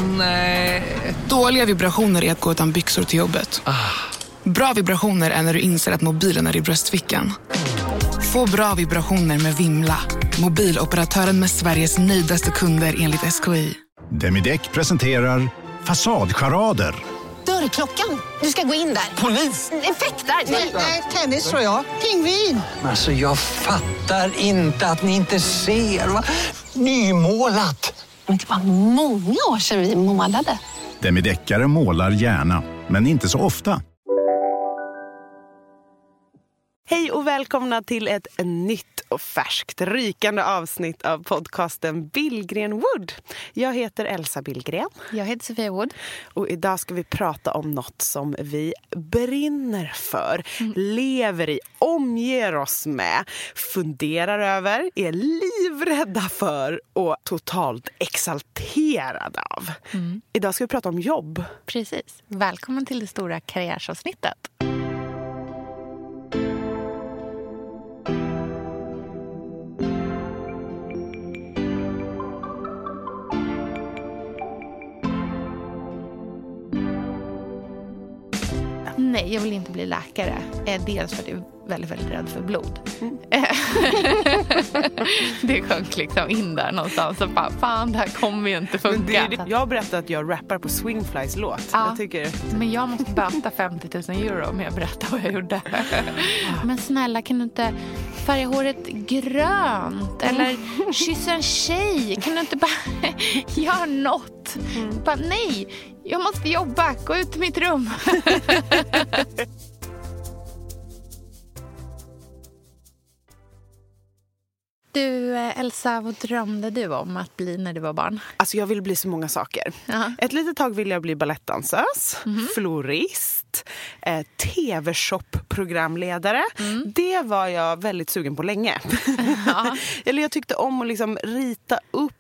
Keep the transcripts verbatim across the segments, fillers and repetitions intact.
Nej. Dåliga vibrationer är att gå utan byxor till jobbet. Ah. Bra vibrationer är när du inser att mobilen är i bröstfickan. Få bra vibrationer med Vimla. Mobiloperatören med Sveriges nöjdaste kunder enligt S K I. Demideck presenterar Fasadcharader. Dörrklockan. Du ska gå in där. Polis? Effektar. Nej, tennis tror jag. Pingvin. Alltså jag fattar inte att ni inte ser. Va? Nymålat. Men det var många år sedan vi målade. Demideckare målar gärna, men inte så ofta. Hej och välkomna till ett nytt och färskt rykande avsnitt av podcasten Billgren Wood. Jag heter Elsa Billgren. Jag heter Sofia Wood. Och idag ska vi prata om något som vi brinner för, mm. lever i, omger oss med, funderar över, är livrädda för och totalt exalterade av. Mm. Idag ska vi prata om jobb. Precis. Välkommen till det stora karriärsavsnittet. Nej, jag vill inte bli läkare. Dels för att jag är väldigt, väldigt rädd för blod. Mm. Det sjönk liksom in där någonstans. Och bara, fan, det här kommer ju inte funka. Det, jag har berättat att jag rappar på Swingflies låt. Ja, jag tycker... men jag måste böta femtio tusen euro om jag berättar vad jag gjorde. Men snälla, kan du inte färga håret grönt? Eller kyssa en tjej? Kan du inte bara göra något? Mm. Bara, nej, jag måste jobba. Gå ut i mitt rum. Du, Elsa, vad drömde du om att bli när du var barn? Alltså jag vill bli så många saker. Uh-huh. Ett litet tag ville jag bli ballettdansös, mm-hmm. florist, eh, tv-shop-programledare. Mm. Det var jag väldigt sugen på länge. Uh-huh. Eller jag tyckte om att liksom rita upp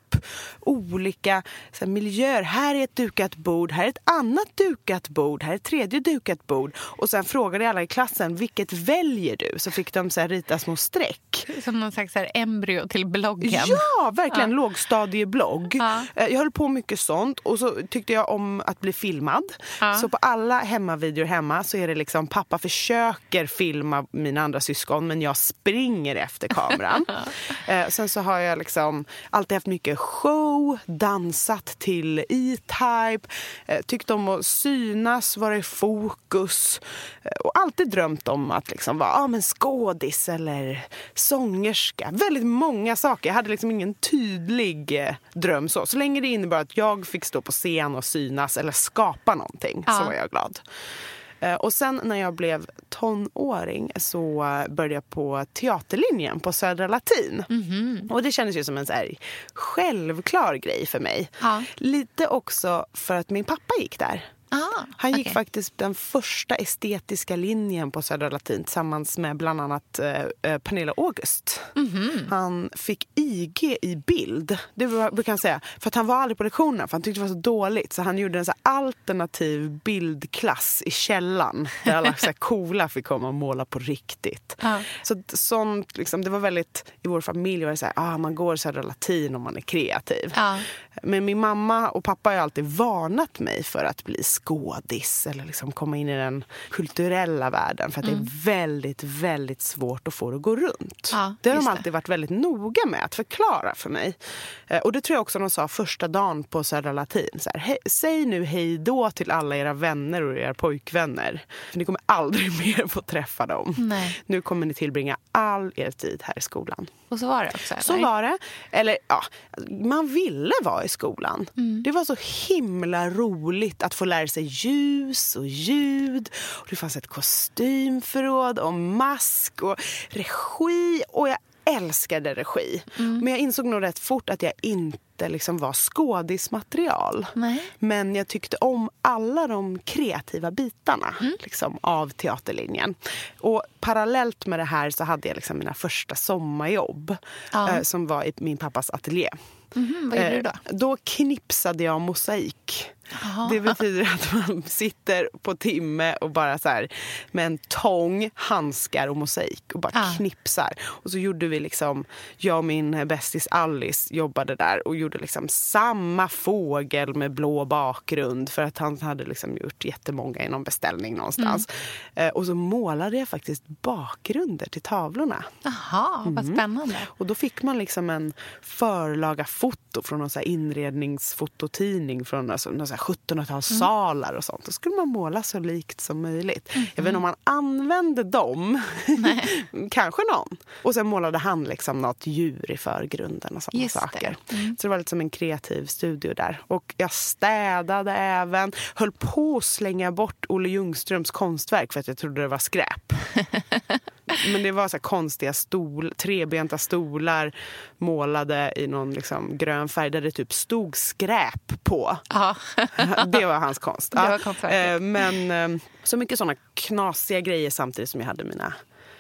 olika så här, miljöer. Här är ett dukat bord, här är ett annat dukat bord, här är ett tredje dukat bord. Och sen frågade alla i klassen, vilket väljer du? Så fick de så här, rita små streck. Som någon slags så här, embryo till bloggen. Ja, verkligen. Ja. Lågstadieblogg. Ja. Jag höll på mycket sånt. Och så tyckte jag om att bli filmad. Ja. Så på alla hemmavideor hemma så är det liksom, pappa försöker filma mina andra syskon, men jag springer efter kameran. eh, sen så har jag liksom alltid haft mycket show, dansat till E-Type, eh, tyckt om att synas, vara i fokus eh, och alltid drömt om att liksom vara ah, men skådis eller sångerska. Väldigt många saker. Jag hade liksom ingen tydlig eh, dröm så. Så länge det innebar att jag fick stå på scen och synas eller skapa någonting, ja. Så var jag glad. Och sen när jag blev tonåring så började jag på teaterlinjen på Södra Latin. Mm-hmm. Och det kändes ju som en så här självklar grej för mig. Ja. Lite också för att min pappa gick där. Ah, han gick okay. faktiskt den första estetiska linjen på Södra Latin tillsammans med bland annat eh, Pernilla August. Mm-hmm. Han fick I G i bild, det var, kan jag säga, för att han var aldrig på lektionerna för han tyckte det var så dåligt. Så han gjorde en så alternativ bildklass i källan där alla så här coola fick komma och måla på riktigt. Ah. Så sånt, liksom, det var väldigt, i vår familj var det så här, ah, man går Södra Latin om man är kreativ. Ah. Men min mamma och pappa har alltid varnat mig för att bli skådis eller liksom komma in i den kulturella världen för att mm. det är väldigt, väldigt svårt att få det att gå runt. Ja, det har de alltid det. varit väldigt noga med att förklara för mig. Och det tror jag också de sa första dagen på Södra Latin. Så här, he- säg nu hej då till alla era vänner och era pojkvänner. För ni kommer aldrig mer få träffa dem. Nej. Nu kommer ni tillbringa all er tid här i skolan. Och så var det också, eller? Så var det. Eller ja, man ville vara i skolan. Mm. Det var så himla roligt att få lära sig ljus och ljud. Och det fanns ett kostymförråd och mask och regi. Och jag älskade regi. Mm. Men jag insåg nog rätt fort att jag inte liksom var skådismaterial. Nej. Men jag tyckte om alla de kreativa bitarna mm. liksom, av teaterlinjen. Och parallellt med det här så hade jag liksom mina första sommarjobb ja. eh, som var i min pappas ateljé. Mm-hmm, vad gjorde du då? Eh, då knipsade jag mosaik. Aha. Det betyder att man sitter på timme och bara så här med en tång, handskar och mosaik och bara ah. knipsar. Och så gjorde vi liksom, jag och min bästis Alice jobbade där och gjorde liksom samma fågel med blå bakgrund för att han hade liksom gjort jättemånga i någon beställning någonstans. Mm. Eh, och så målade jag faktiskt bakgrunder till tavlorna. Jaha, vad mm. spännande. Och då fick man liksom en förlaga foto från någon så här inredningsfototidning från alltså, någon så här sjuttonhundratalssalar mm. och sånt. Då skulle man måla så likt som möjligt. Mm. Jag vet inte om man använde dem. Kanske någon. Och sen målade han liksom något djur i förgrunden och sådana saker. Det. Mm. Så det var lite som en kreativ studio där. Och jag städade även. Höll på att slänga bort Olle Ljungströms konstverk för att jag trodde det var skräp. Men det var så här konstiga stol, trebenta stolar målade i någon liksom grön färg där det typ stod skräp på. Ja. Det var hans konst. Det var konstverket. Men så mycket sådana knasiga grejer samtidigt som jag hade mina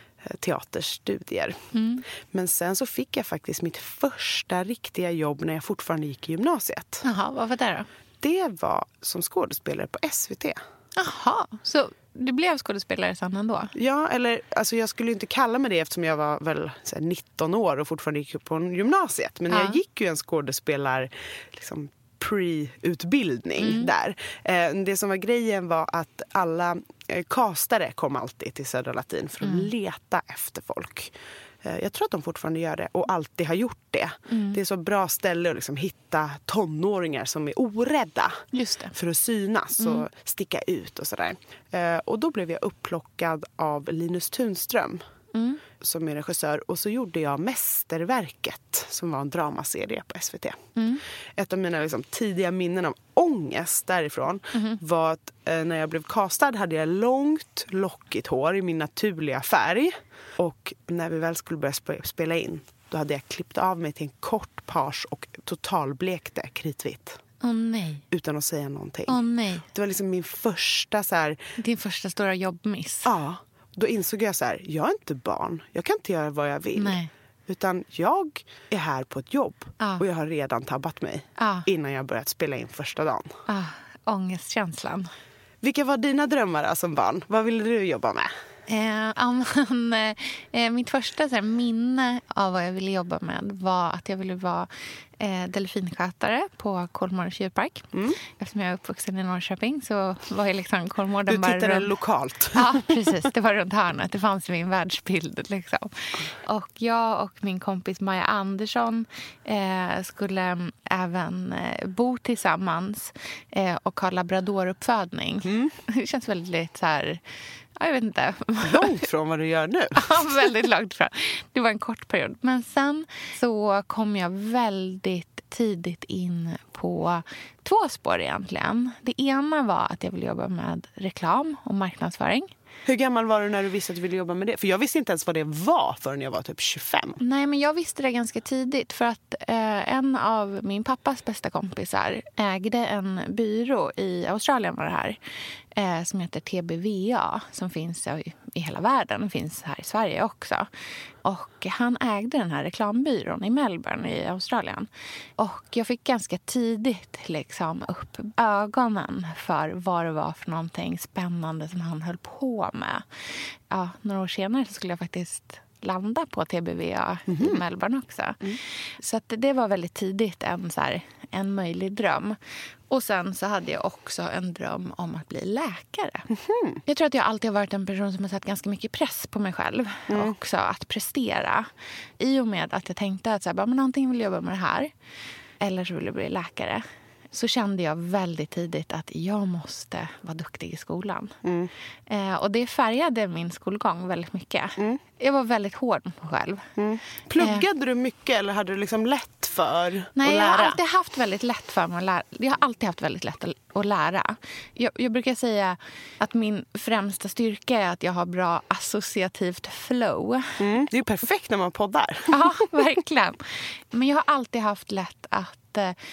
teaterstudier. Mm. Men sen så fick jag faktiskt mitt första riktiga jobb när jag fortfarande gick i gymnasiet. Jaha, vad var det då? Det var som skådespelare på S V T. Jaha, så du blev skådespelare sen ändå? Ja, eller alltså jag skulle inte kalla mig det eftersom jag var väl så här, nitton år och fortfarande gick på gymnasiet. Men ja. Jag gick ju en skådespelar liksom pre-utbildning mm. där. Eh, det som var grejen var att alla eh, castare kom alltid till Södra Latin för att mm. leta efter folk. Eh, jag tror att de fortfarande gör det och alltid har gjort det. Mm. Det är så bra ställe att liksom hitta tonåringar som är orädda Just det. För att synas mm. och sticka ut och sådär. Eh, och då blev jag upplockad av Linus Tunström. Mm. Som är regissör. Och så gjorde jag Mästerverket som var en dramaserie på S V T. Mm. Ett av mina liksom, tidiga minnen av ångest därifrån mm. var att eh, när jag blev castad hade jag långt, lockigt hår i min naturliga färg. Och när vi väl skulle börja sp- spela in då hade jag klippt av mig till en kort page och totalblekte kritvitt. Åh oh, nej. Utan att säga någonting. Åh oh, nej. Det var liksom min första så här... Din första stora jobbmiss. Ja. Då insåg jag så här, jag är inte barn. Jag kan inte göra vad jag vill. Nej. Utan jag är här på ett jobb. Ah. Och jag har redan tabbat mig. Ah. Innan jag börjat spela in första dagen. Ah. Ångestkänslan. Vilka var dina drömmar då, som barn? Vad ville du jobba med? Eh, men, eh, mitt första så här, minne av vad jag ville jobba med var att jag ville vara eh, delfinskötare på Kolmårdens djurpark. Mm. Eftersom jag är uppvuxen i Norrköping så var jag liksom Kolmården bara... Du tittade runt... lokalt. Ja, precis. Det var runt hörnet. Det fanns i min världsbild. Liksom. Och jag och min kompis Maja Andersson eh, skulle även eh, bo tillsammans eh, och ha labradoruppfödning. Mm. Det känns väldigt så här... Jag vet inte. Långt från vad du gör nu. Ja, väldigt långt från. Det var en kort period. Men sen så kom jag väldigt tidigt in på två spår egentligen. Det ena var att jag ville jobba med reklam och marknadsföring. Hur gammal var du när du visste att du ville jobba med det? För jag visste inte ens vad det var förrän jag var typ tjugofem. Nej, men jag visste det ganska tidigt. För att eh, en av min pappas bästa kompisar ägde en byrå i Australien var det här. Eh, som heter T B V A. Som finns i, i hela världen. Finns här i Sverige också. Och han ägde den här reklambyrån i Melbourne i Australien. Och jag fick ganska tidigt liksom upp ögonen för vad det var för någonting spännande som han höll på med. Ja, några år senare så skulle jag faktiskt landa på T B V A mm-hmm. i Melbourne också. Mm. Så att det var väldigt tidigt en, så här, en möjlig dröm. Och sen så hade jag också en dröm om att bli läkare. Mm-hmm. Jag tror att jag alltid har varit en person som har satt ganska mycket press på mig själv. Mm. Också att prestera. I och med att jag tänkte att så här, men antingen vill jag jobba med det här. Eller så vill jag bli läkare. Så kände jag väldigt tidigt att jag måste vara duktig i skolan. Mm. Eh, och det färgade min skolgång väldigt mycket. Mm. Jag var väldigt hård med mig själv. Mm. Pluggade eh. du mycket eller hade du liksom lätt för Nej, att lära? Nej, jag har alltid haft väldigt lätt för mig att lära. Jag har alltid haft väldigt lätt att, att lära. Jag, jag brukar säga att min främsta styrka är att jag har bra associativt flow. Mm. Det är perfekt när man poddar. Ja, verkligen. Men jag har alltid haft lätt att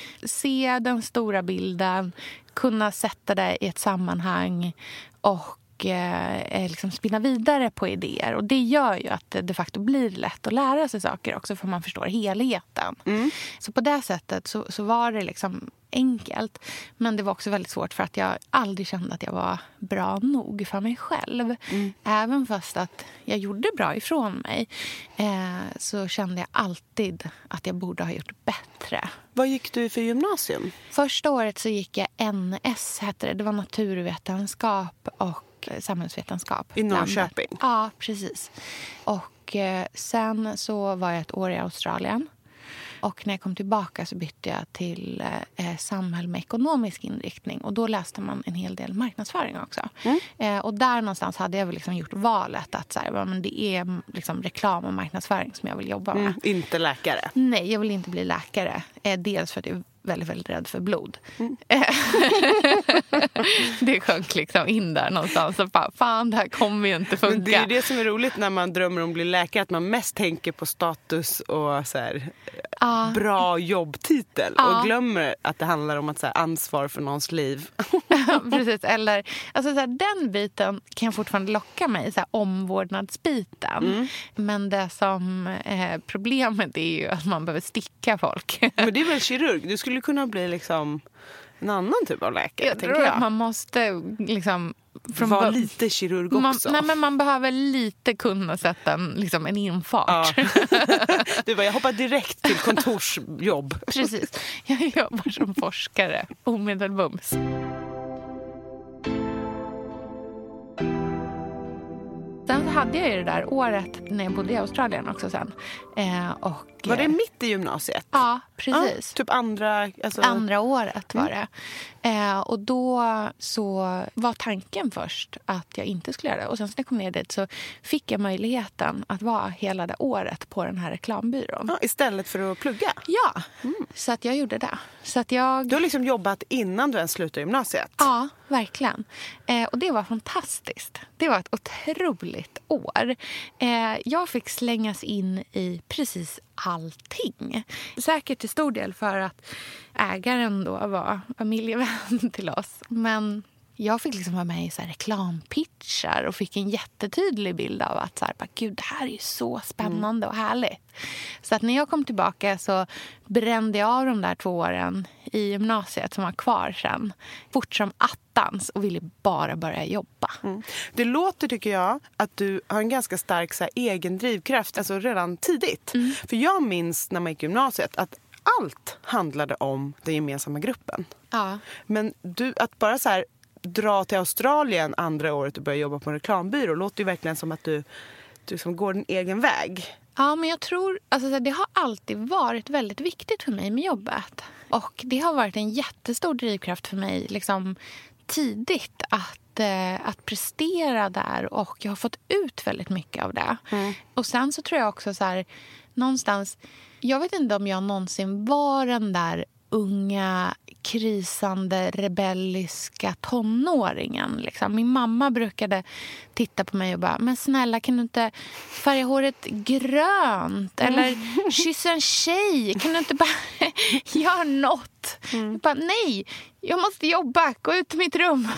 se den stora bilden, kunna sätta det i ett sammanhang och och eh, liksom spinna vidare på idéer. Och det gör ju att det de facto blir lätt att lära sig saker också, för man förstår helheten. Mm. Så på det sättet så, så var det liksom enkelt. Men det var också väldigt svårt för att jag aldrig kände att jag var bra nog för mig själv. Mm. Även fast att jag gjorde bra ifrån mig eh, så kände jag alltid att jag borde ha gjort bättre. Vad gick du för gymnasium? Första året så gick jag N S, hette det. Det var naturvetenskap och samhällsvetenskap. I Norrköping? Landet. Ja, precis. Och eh, sen så var jag ett år i Australien. Och när jag kom tillbaka så bytte jag till eh, samhäll med ekonomisk inriktning. Och då läste man en hel del marknadsföring också. Mm. Eh, och där någonstans hade jag väl liksom gjort valet att så här, men det är liksom reklam och marknadsföring som jag vill jobba med. Mm, inte läkare? Nej, jag vill inte bli läkare. Eh, dels för att jag är väldigt, väldigt rädd för blod. Mm. Det sjönk liksom in där någonstans. Så bara, fan, det här kommer ju inte funka. Men det är det som är roligt när man drömmer om att bli läkare. Att man mest tänker på status och så här, ah. bra jobbtitel. Ah. Och glömmer att det handlar om att så här, ansvar för någons liv. Precis, eller alltså, så här, den biten kan fortfarande locka mig. Så här, omvårdnadsbiten. Mm. Men det som eh, problemet är ju att man behöver sticka folk. Men det är väl kirurg? Du skulle kunna bli liksom en annan typ av läkare, jag tänker tror jag. Att man måste liksom vara lite kirurg också. Man, nej, men man behöver lite kunna sätta en, liksom en infart. Ja. Du bara, jag hoppar direkt till kontorsjobb. Precis. Jag jobbar som forskare. Omedelbums. Sen så hade jag ju det där året när jag bodde i Australien också sen. Eh, och, var det mitt i gymnasiet? Ja, precis. Ja, typ andra... Alltså... Andra året var det. Eh, och då så var tanken först att jag inte skulle göra det. Och sen när jag kom ner dit så fick jag möjligheten att vara hela det året på den här reklambyrån. Ja, istället för att plugga? Ja, mm. Så att jag gjorde det. Så att jag... Du har liksom jobbat innan du ens slutade gymnasiet? Ja, verkligen. Eh, och det var fantastiskt. Det var ett otroligt år. Eh, jag fick slängas in i precis allting. Säkert till stor del för att ägaren då var familjevän till oss. Men jag fick liksom vara med i så här reklampitchar och fick en jättetydlig bild av att så här, bara, gud, det här är ju så spännande och härligt. Så att när jag kom tillbaka så brände jag av de där två åren i gymnasiet som var kvar sen. Fort som attans och ville bara börja jobba. Mm. Det låter, tycker jag, att du har en ganska stark så här, egen drivkraft, alltså redan tidigt. Mm. För jag minns när man gick i gymnasiet att allt handlade om den gemensamma gruppen. Ja. Men du, att bara så här dra till Australien andra året och börja jobba på en reklambyrå låter ju verkligen som att du, du liksom går din egen väg. Ja, men jag tror, alltså det har alltid varit väldigt viktigt för mig med jobbet. Och det har varit en jättestor drivkraft för mig liksom tidigt att, eh, att prestera där. Och jag har fått ut väldigt mycket av det. Mm. Och sen så tror jag också så här, någonstans, jag vet inte om jag någonsin var den där unga, krisande, rebelliska tonåringen. Liksom. Min mamma brukade titta på mig och bara, men snälla, kan du inte färga håret grönt? Eller kyssa en tjej? Kan du inte bara göra något? Mm. Jag bara, nej, jag måste jobba. Gå ut i mitt rum.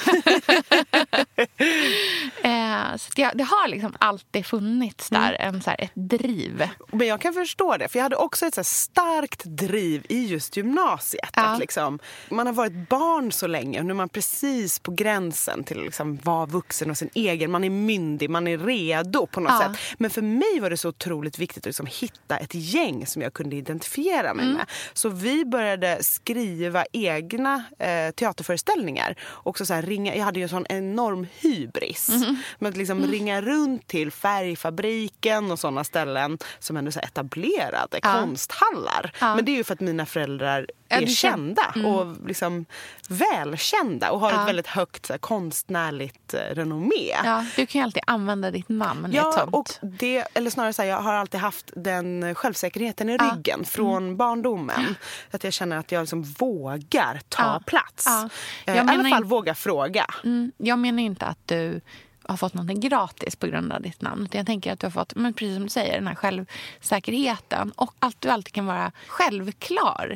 eh, så det, det har liksom alltid funnits där mm. en, så här, ett driv. Men jag kan förstå det. För jag hade också ett så här starkt driv i just gymnasiet. Ja. Att liksom, man har varit barn så länge. Och nu är man precis på gränsen till att liksom vara vuxen och sin egen. Man är myndig, man är redo på något ja. sätt. Men för mig var det så otroligt viktigt att liksom hitta ett gäng som jag kunde identifiera mig mm. med. Så vi började skriva egna eh, teaterföreställningar. Också så här, ringa, jag hade ju en sån enorm hybris. Mm. Men att liksom mm. ringa runt till Färgfabriken och sådana ställen som ändå så etablerade ja. konsthallar. Ja. Men det är ju för att mina föräldrar är ja, kända mm. och liksom välkända och har ja. ett väldigt högt så här, konstnärligt eh, renommé. Ja, du kan ju alltid använda ditt namn. Ja, och det, eller snarare så här, jag har alltid haft den självsäkerheten i ryggen ja. från mm. barndomen. Att jag känner att jag liksom vågar ta ja. plats. Ja. Eh, I alla fall in... våga fråga. Mm. Jag menar inte att du har fått någonting gratis på grund av ditt namn. Jag tänker att du har fått, men precis som du säger, den här självsäkerheten och att du alltid kan vara självklar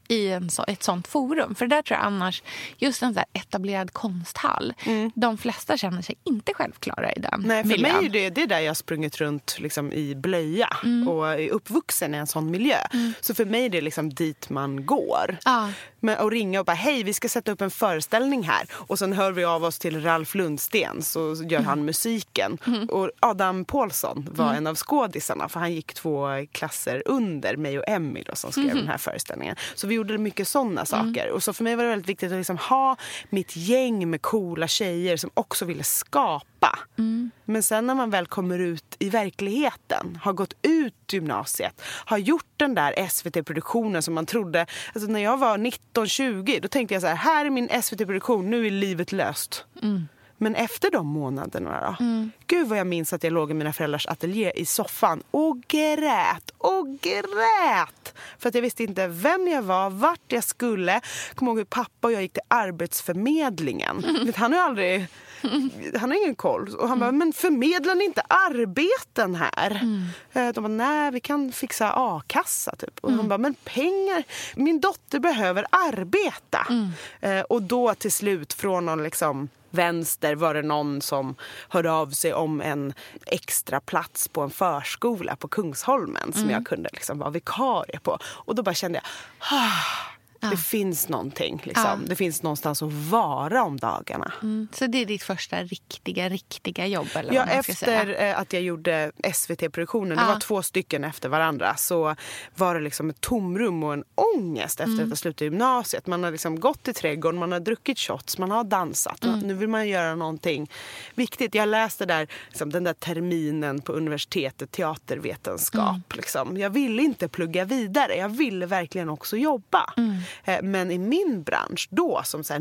i en så, ett sånt forum. För där tror jag annars, just en så här etablerad konsthall, mm. de flesta känner sig inte självklara i den Nej, för miljön. mig är det, det är där jag har sprungit runt liksom, i blöja mm. och är uppvuxen i en sån miljö. Mm. Så för mig är det liksom dit man går. Ah. Men att ringa och bara, hej, vi ska sätta upp en föreställning här. Och sen hör vi av oss till Ralf Lundsten, så gör han musiken. Mm. Och Adam Paulsson var mm. en av skådisarna, för han gick två klasser under mig och Emil då, som skrev mm. den här föreställningen. Så vi gjorde mycket sådana saker. Mm. Och så för mig var det väldigt viktigt att liksom ha mitt gäng med coola tjejer som också ville skapa. Mm. Men sen när man väl kommer ut i verkligheten, har gått ut gymnasiet, har gjort den där S V T-produktionen som man trodde, alltså när jag var nitton tjugo, då tänkte jag så här, här är min S V T-produktion, nu är livet löst. Mm. Men efter de månaderna då, mm. gud vad jag minns att jag låg i mina föräldrars ateljé i soffan och grät och grät. För att jag visste inte vem jag var, vart jag skulle. Kom ihåg hur pappa och jag gick till Arbetsförmedlingen. Mm. Han har aldrig... Han har ingen koll. Och han bara, men förmedlar ni inte arbeten här? Mm. De bara, nej, vi kan fixa a-kassa typ. Och mm. han bara, men pengar, min dotter behöver arbeta. Mm. Och då till slut från någon liksom vänster var det någon som hörde av sig om en extra plats på en förskola på Kungsholmen som mm. jag kunde liksom vara vikarie på. Och då bara kände jag, ah, ja. det finns någonting liksom. Ja. Det finns någonstans att vara om dagarna. Mm. Så det är ditt första riktiga, riktiga jobb? Eller ja, vad man ska efter säga. Att jag gjorde S V T-produktionen, ja. det var två stycken efter varandra, så var det liksom ett tomrum och en ångest efter mm. att jag slutade gymnasiet. Man har liksom gått i trädgården, man har druckit shots, man har dansat. Mm. Nu vill man göra någonting viktigt. Jag läste där, liksom, den där terminen på universitetet, teatervetenskap. Mm. Liksom. Jag ville inte plugga vidare, jag ville verkligen också jobba. Mm. Men i min bransch då, som så här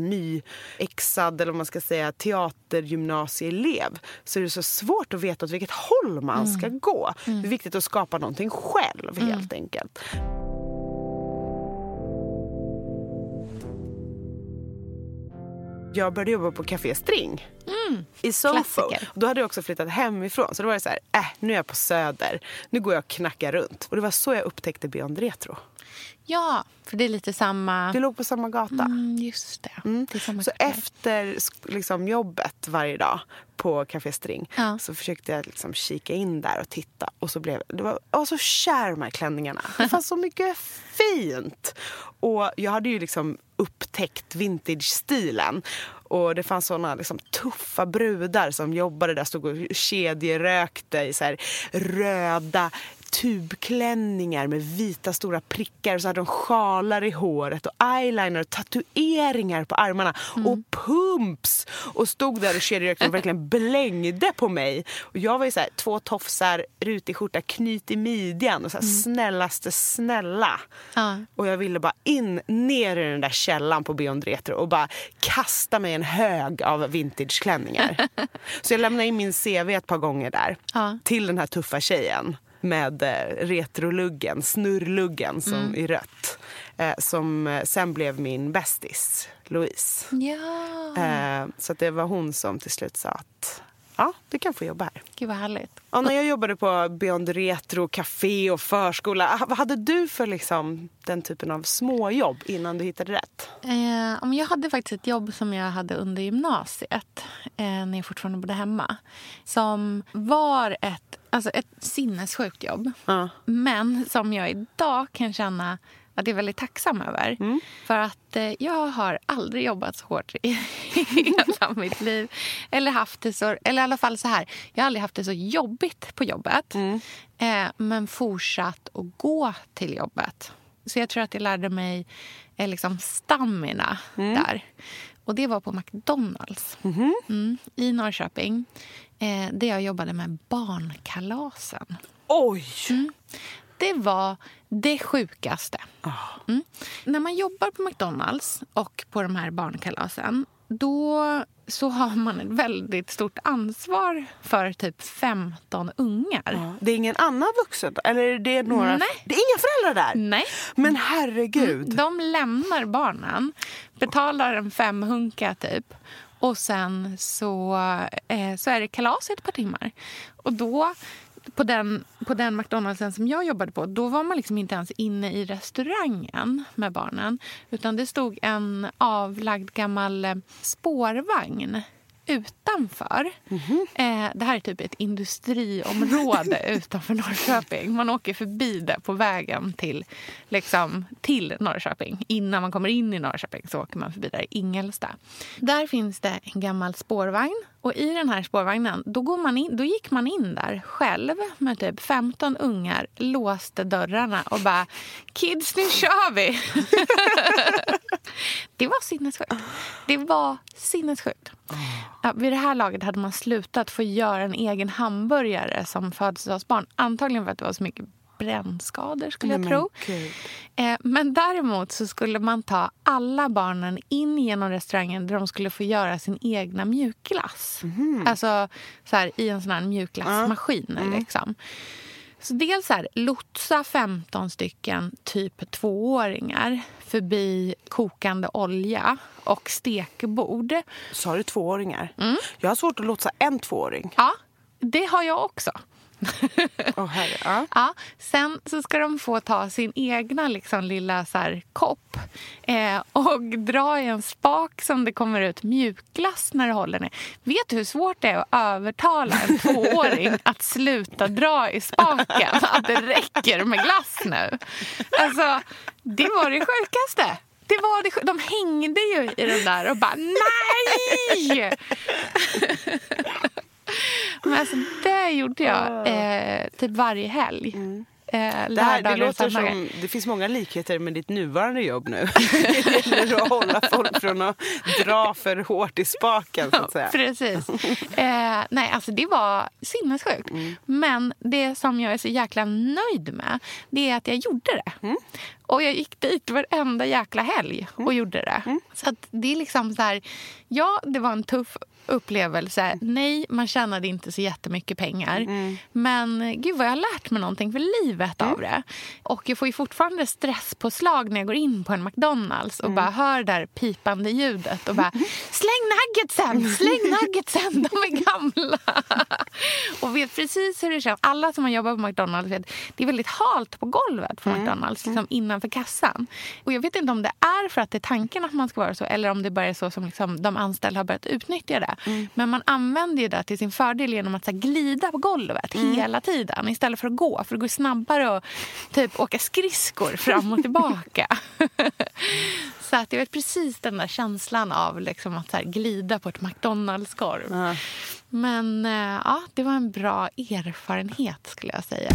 nyexad eller vad man ska säga, teatergymnasieelev, så är det så svårt att veta åt vilket håll man mm. ska gå. Mm. Det är viktigt att skapa någonting själv mm. helt enkelt. Jag började jobba på Café String mm. i Sofo. Då hade jag också flyttat hemifrån. Så då var det så här, äh, nu är jag på Söder. Nu går jag och knackar runt. Och det var så jag upptäckte Beyond Retro. Ja, för det är lite samma... Det låg på samma gata. Mm, just det. Mm. Det är samma så kafé. Efter liksom, jobbet varje dag på Café String ja. så försökte jag liksom, kika in där och titta. Och så blev det var, jag var så kär med klänningarna. Det fanns så mycket fint. Och jag hade ju liksom upptäckt vintage-stilen. Och det fanns såna liksom tuffa brudar som jobbade där, stod och kedjerökte i så här röda tubklänningar med vita stora prickar, och så hade de sjalar i håret och eyeliner och tatueringar på armarna mm. och pumps, och stod där och kedjerökte och verkligen blängde på mig. Och jag var ju så här, två tofsar, rutig skjorta, knyt i midjan och så här, mm. snällaste snälla. Ja. Och jag ville bara in, ner i den där källan på Beyond Retro och bara kasta mig en hög av vintageklänningar. Så jag lämnade in min C V ett par gånger där ja. till den här tuffa tjejen med retroluggen, snurrluggen som mm. i rött. Eh, som sen blev min bästis, Louise. Ja. Eh, så att det var hon som till slut sa att ja, du kan få jobba här. Gud vad härligt. Och när jag jobbade på Beyond Retro, café och förskola, vad hade du för liksom, den typen av småjobb innan du hittade rätt? Eh, jag hade faktiskt ett jobb som jag hade under gymnasiet, eh, när jag fortfarande bodde hemma. Som var ett, alltså ett sinnessjukt jobb. Uh. Men som jag idag kan känna att jag är väldigt tacksam över. Mm. För att eh, jag har aldrig jobbat så hårt i hela mitt liv. Eller haft det så, eller i alla fall så här. Jag har aldrig haft det så jobbigt på jobbet. Mm. Eh, men fortsatt att gå till jobbet. Så jag tror att jag lärde mig eh, liksom stamina mm. där. Och det var på McDonalds. Mm. Mm, i Norrköping. Eh, där jag jobbade med barnkalasen. Oj! Mm. Det var det sjukaste. Mm. När man jobbar på McDonalds och på de här barnkalasen, då så har man ett väldigt stort ansvar för typ femton ungar. Ja. Det är ingen annan vuxen? Eller är det några? Nej. Det är inga föräldrar där? Nej. Men herregud. Mm. De lämnar barnen, betalar en femhunka typ. Och sen så, eh, så är det kalas i ett par timmar. Och då... på den, på den McDonald'sen som jag jobbade på, då var man liksom inte ens inne i restaurangen med barnen. Utan det stod en avlagd gammal spårvagn utanför. Mm-hmm. Eh, det här är typ ett industriområde utanför Norrköping. Man åker förbi det på vägen till, liksom, till Norrköping. Innan man kommer in i Norrköping så åker man förbi där i Ingelsta. Där finns det en gammal spårvagn. Och i den här spårvagnen, då, går man in, då gick man in där själv med typ femton ungar, låste dörrarna och bara, kids, nu kör vi! Det var sinnessjukt. Det var sinnessjukt. Ja, vid det här laget hade man slutat få göra en egen hamburgare som födelsedagsbarn. Antagligen för att det var så mycket brännskador skulle jag tro. Eh, men däremot så skulle man ta alla barnen in genom restaurangen där de skulle få göra sin egna mjukglass. Mm. Alltså så här, i en sån här mjukglassmaskin. Mm. Liksom. Så dels så här, lotsa femton stycken typ tvååringar förbi kokande olja och stekbord. Så har du tvååringar? Mm. Jag har svårt att lotsa en tvååring. Ja, det har jag också. Oh, herre, ja. Ja, sen så ska de få ta sin egna liksom, lilla så här, kopp eh, och dra i en spak som det kommer ut mjukglass när det håller ner. Vet du hur svårt det är att övertala en tvååring att sluta dra i spaken? Att det räcker med glass nu. Alltså, det var det sjukaste. Det var det, de hängde ju i den där och bara, nej! Men alltså, det gjorde jag eh, typ varje helg. Mm. Eh, det, här, det låter som, det finns många likheter med ditt nuvarande jobb nu. Det gäller att hålla folk från att dra för hårt i spaken, så att säga. Ja, precis. Eh, nej, alltså det var sinnessjukt. Mm. Men det som jag är så jäkla nöjd med, det är att jag gjorde det. Mm. Och jag gick dit varenda jäkla helg och mm. gjorde det. Mm. Så att det är liksom så här, ja, det var en tuff upplevelse. Nej, man tjänade inte så jättemycket pengar. Mm. Men gud vad jag har lärt mig någonting för livet mm. av det. Och jag får ju fortfarande stresspåslag när jag går in på en McDonald's och mm. bara hör där pipande ljudet och bara, släng nuggetsen, släng nuggetsen, de är gamla. Och vet precis hur det känns. Alla som har jobbat på McDonald's vet, det är väldigt halt på golvet på mm. McDonald's, liksom innanför kassan. Och jag vet inte om det är för att det är tanken att man ska vara så, eller om det bara är så som liksom de anställda har börjat utnyttja det. Mm. Men man använder ju det till sin fördel genom att så här, glida på golvet mm. hela tiden istället för att gå. För att gå snabbare och typ åka skridskor fram och tillbaka. Så att jag vet precis den där känslan av liksom, att så här, glida på ett McDonald's-korv. Mm. Men äh, ja, det var en bra erfarenhet skulle jag säga.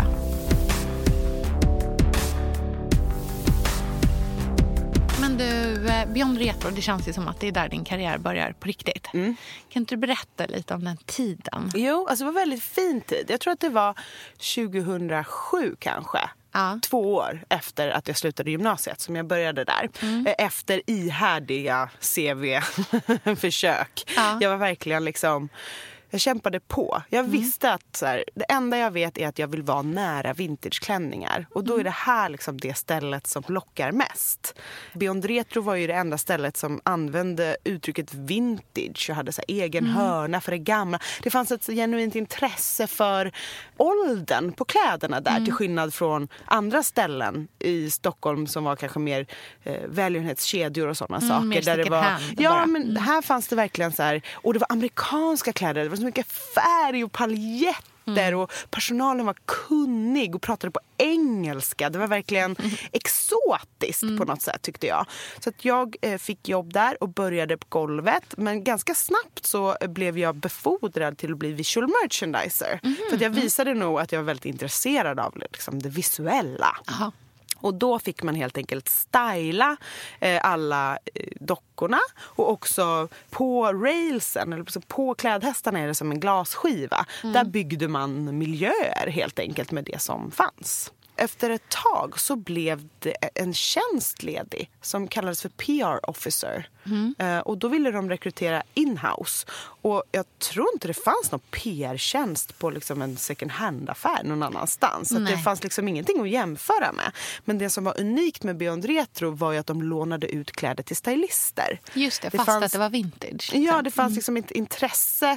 Men du, Beyond Retro, det känns ju som att det är där din karriär börjar på riktigt. Mm. Kan inte du berätta lite om den tiden? Jo, alltså det var väldigt fin tid. Jag tror att det var tjugohundrasju kanske. Ja. Två år efter att jag slutade gymnasiet som jag började där. Mm. Efter ihärdiga C V-försök. Ja. Jag var verkligen liksom... Jag kämpade på. Jag mm. visste att så här, det enda jag vet är att jag vill vara nära vintageklänningar. Och då är det här liksom det stället som lockar mest. Beyond Retro var ju det enda stället som använde uttrycket vintage och hade så här, egen mm. hörna för det gamla. Det fanns ett genuint intresse för åldern på kläderna där. Mm. Till skillnad från andra ställen i Stockholm som var kanske mer eh, välgörenhetskedjor och sådana mm, saker. Där det var, ja, bara. Men mm. här fanns det verkligen så här, och det var amerikanska kläder. Det var så mycket färg och paljetter mm. och personalen var kunnig och pratade på engelska. Det var verkligen mm. exotiskt mm. på något sätt tyckte jag. Så att jag eh, fick jobb där och började på golvet. Men ganska snabbt så blev jag befordrad till att bli visual merchandiser. Mm. För att jag visade nog att jag var väldigt intresserad av liksom, det visuella. Aha. Och då fick man helt enkelt styla eh, alla eh, dockorna. Och också på railsen, eller på klädhästarna är det som en glasskiva. Mm. Där byggde man miljöer helt enkelt med det som fanns. Efter ett tag så blev det en tjänst ledig som kallades för P R officer. Mm. Uh, och då ville de rekrytera in-house. Och jag tror inte det fanns någon P R-tjänst på liksom en second hand-affär någon annanstans. Så att det fanns liksom ingenting att jämföra med. Men det som var unikt med Beyond Retro var ju att de lånade ut kläder till stylister. Just det, det fast fanns, att det var vintage. Liksom. Ja, det fanns liksom ett intresse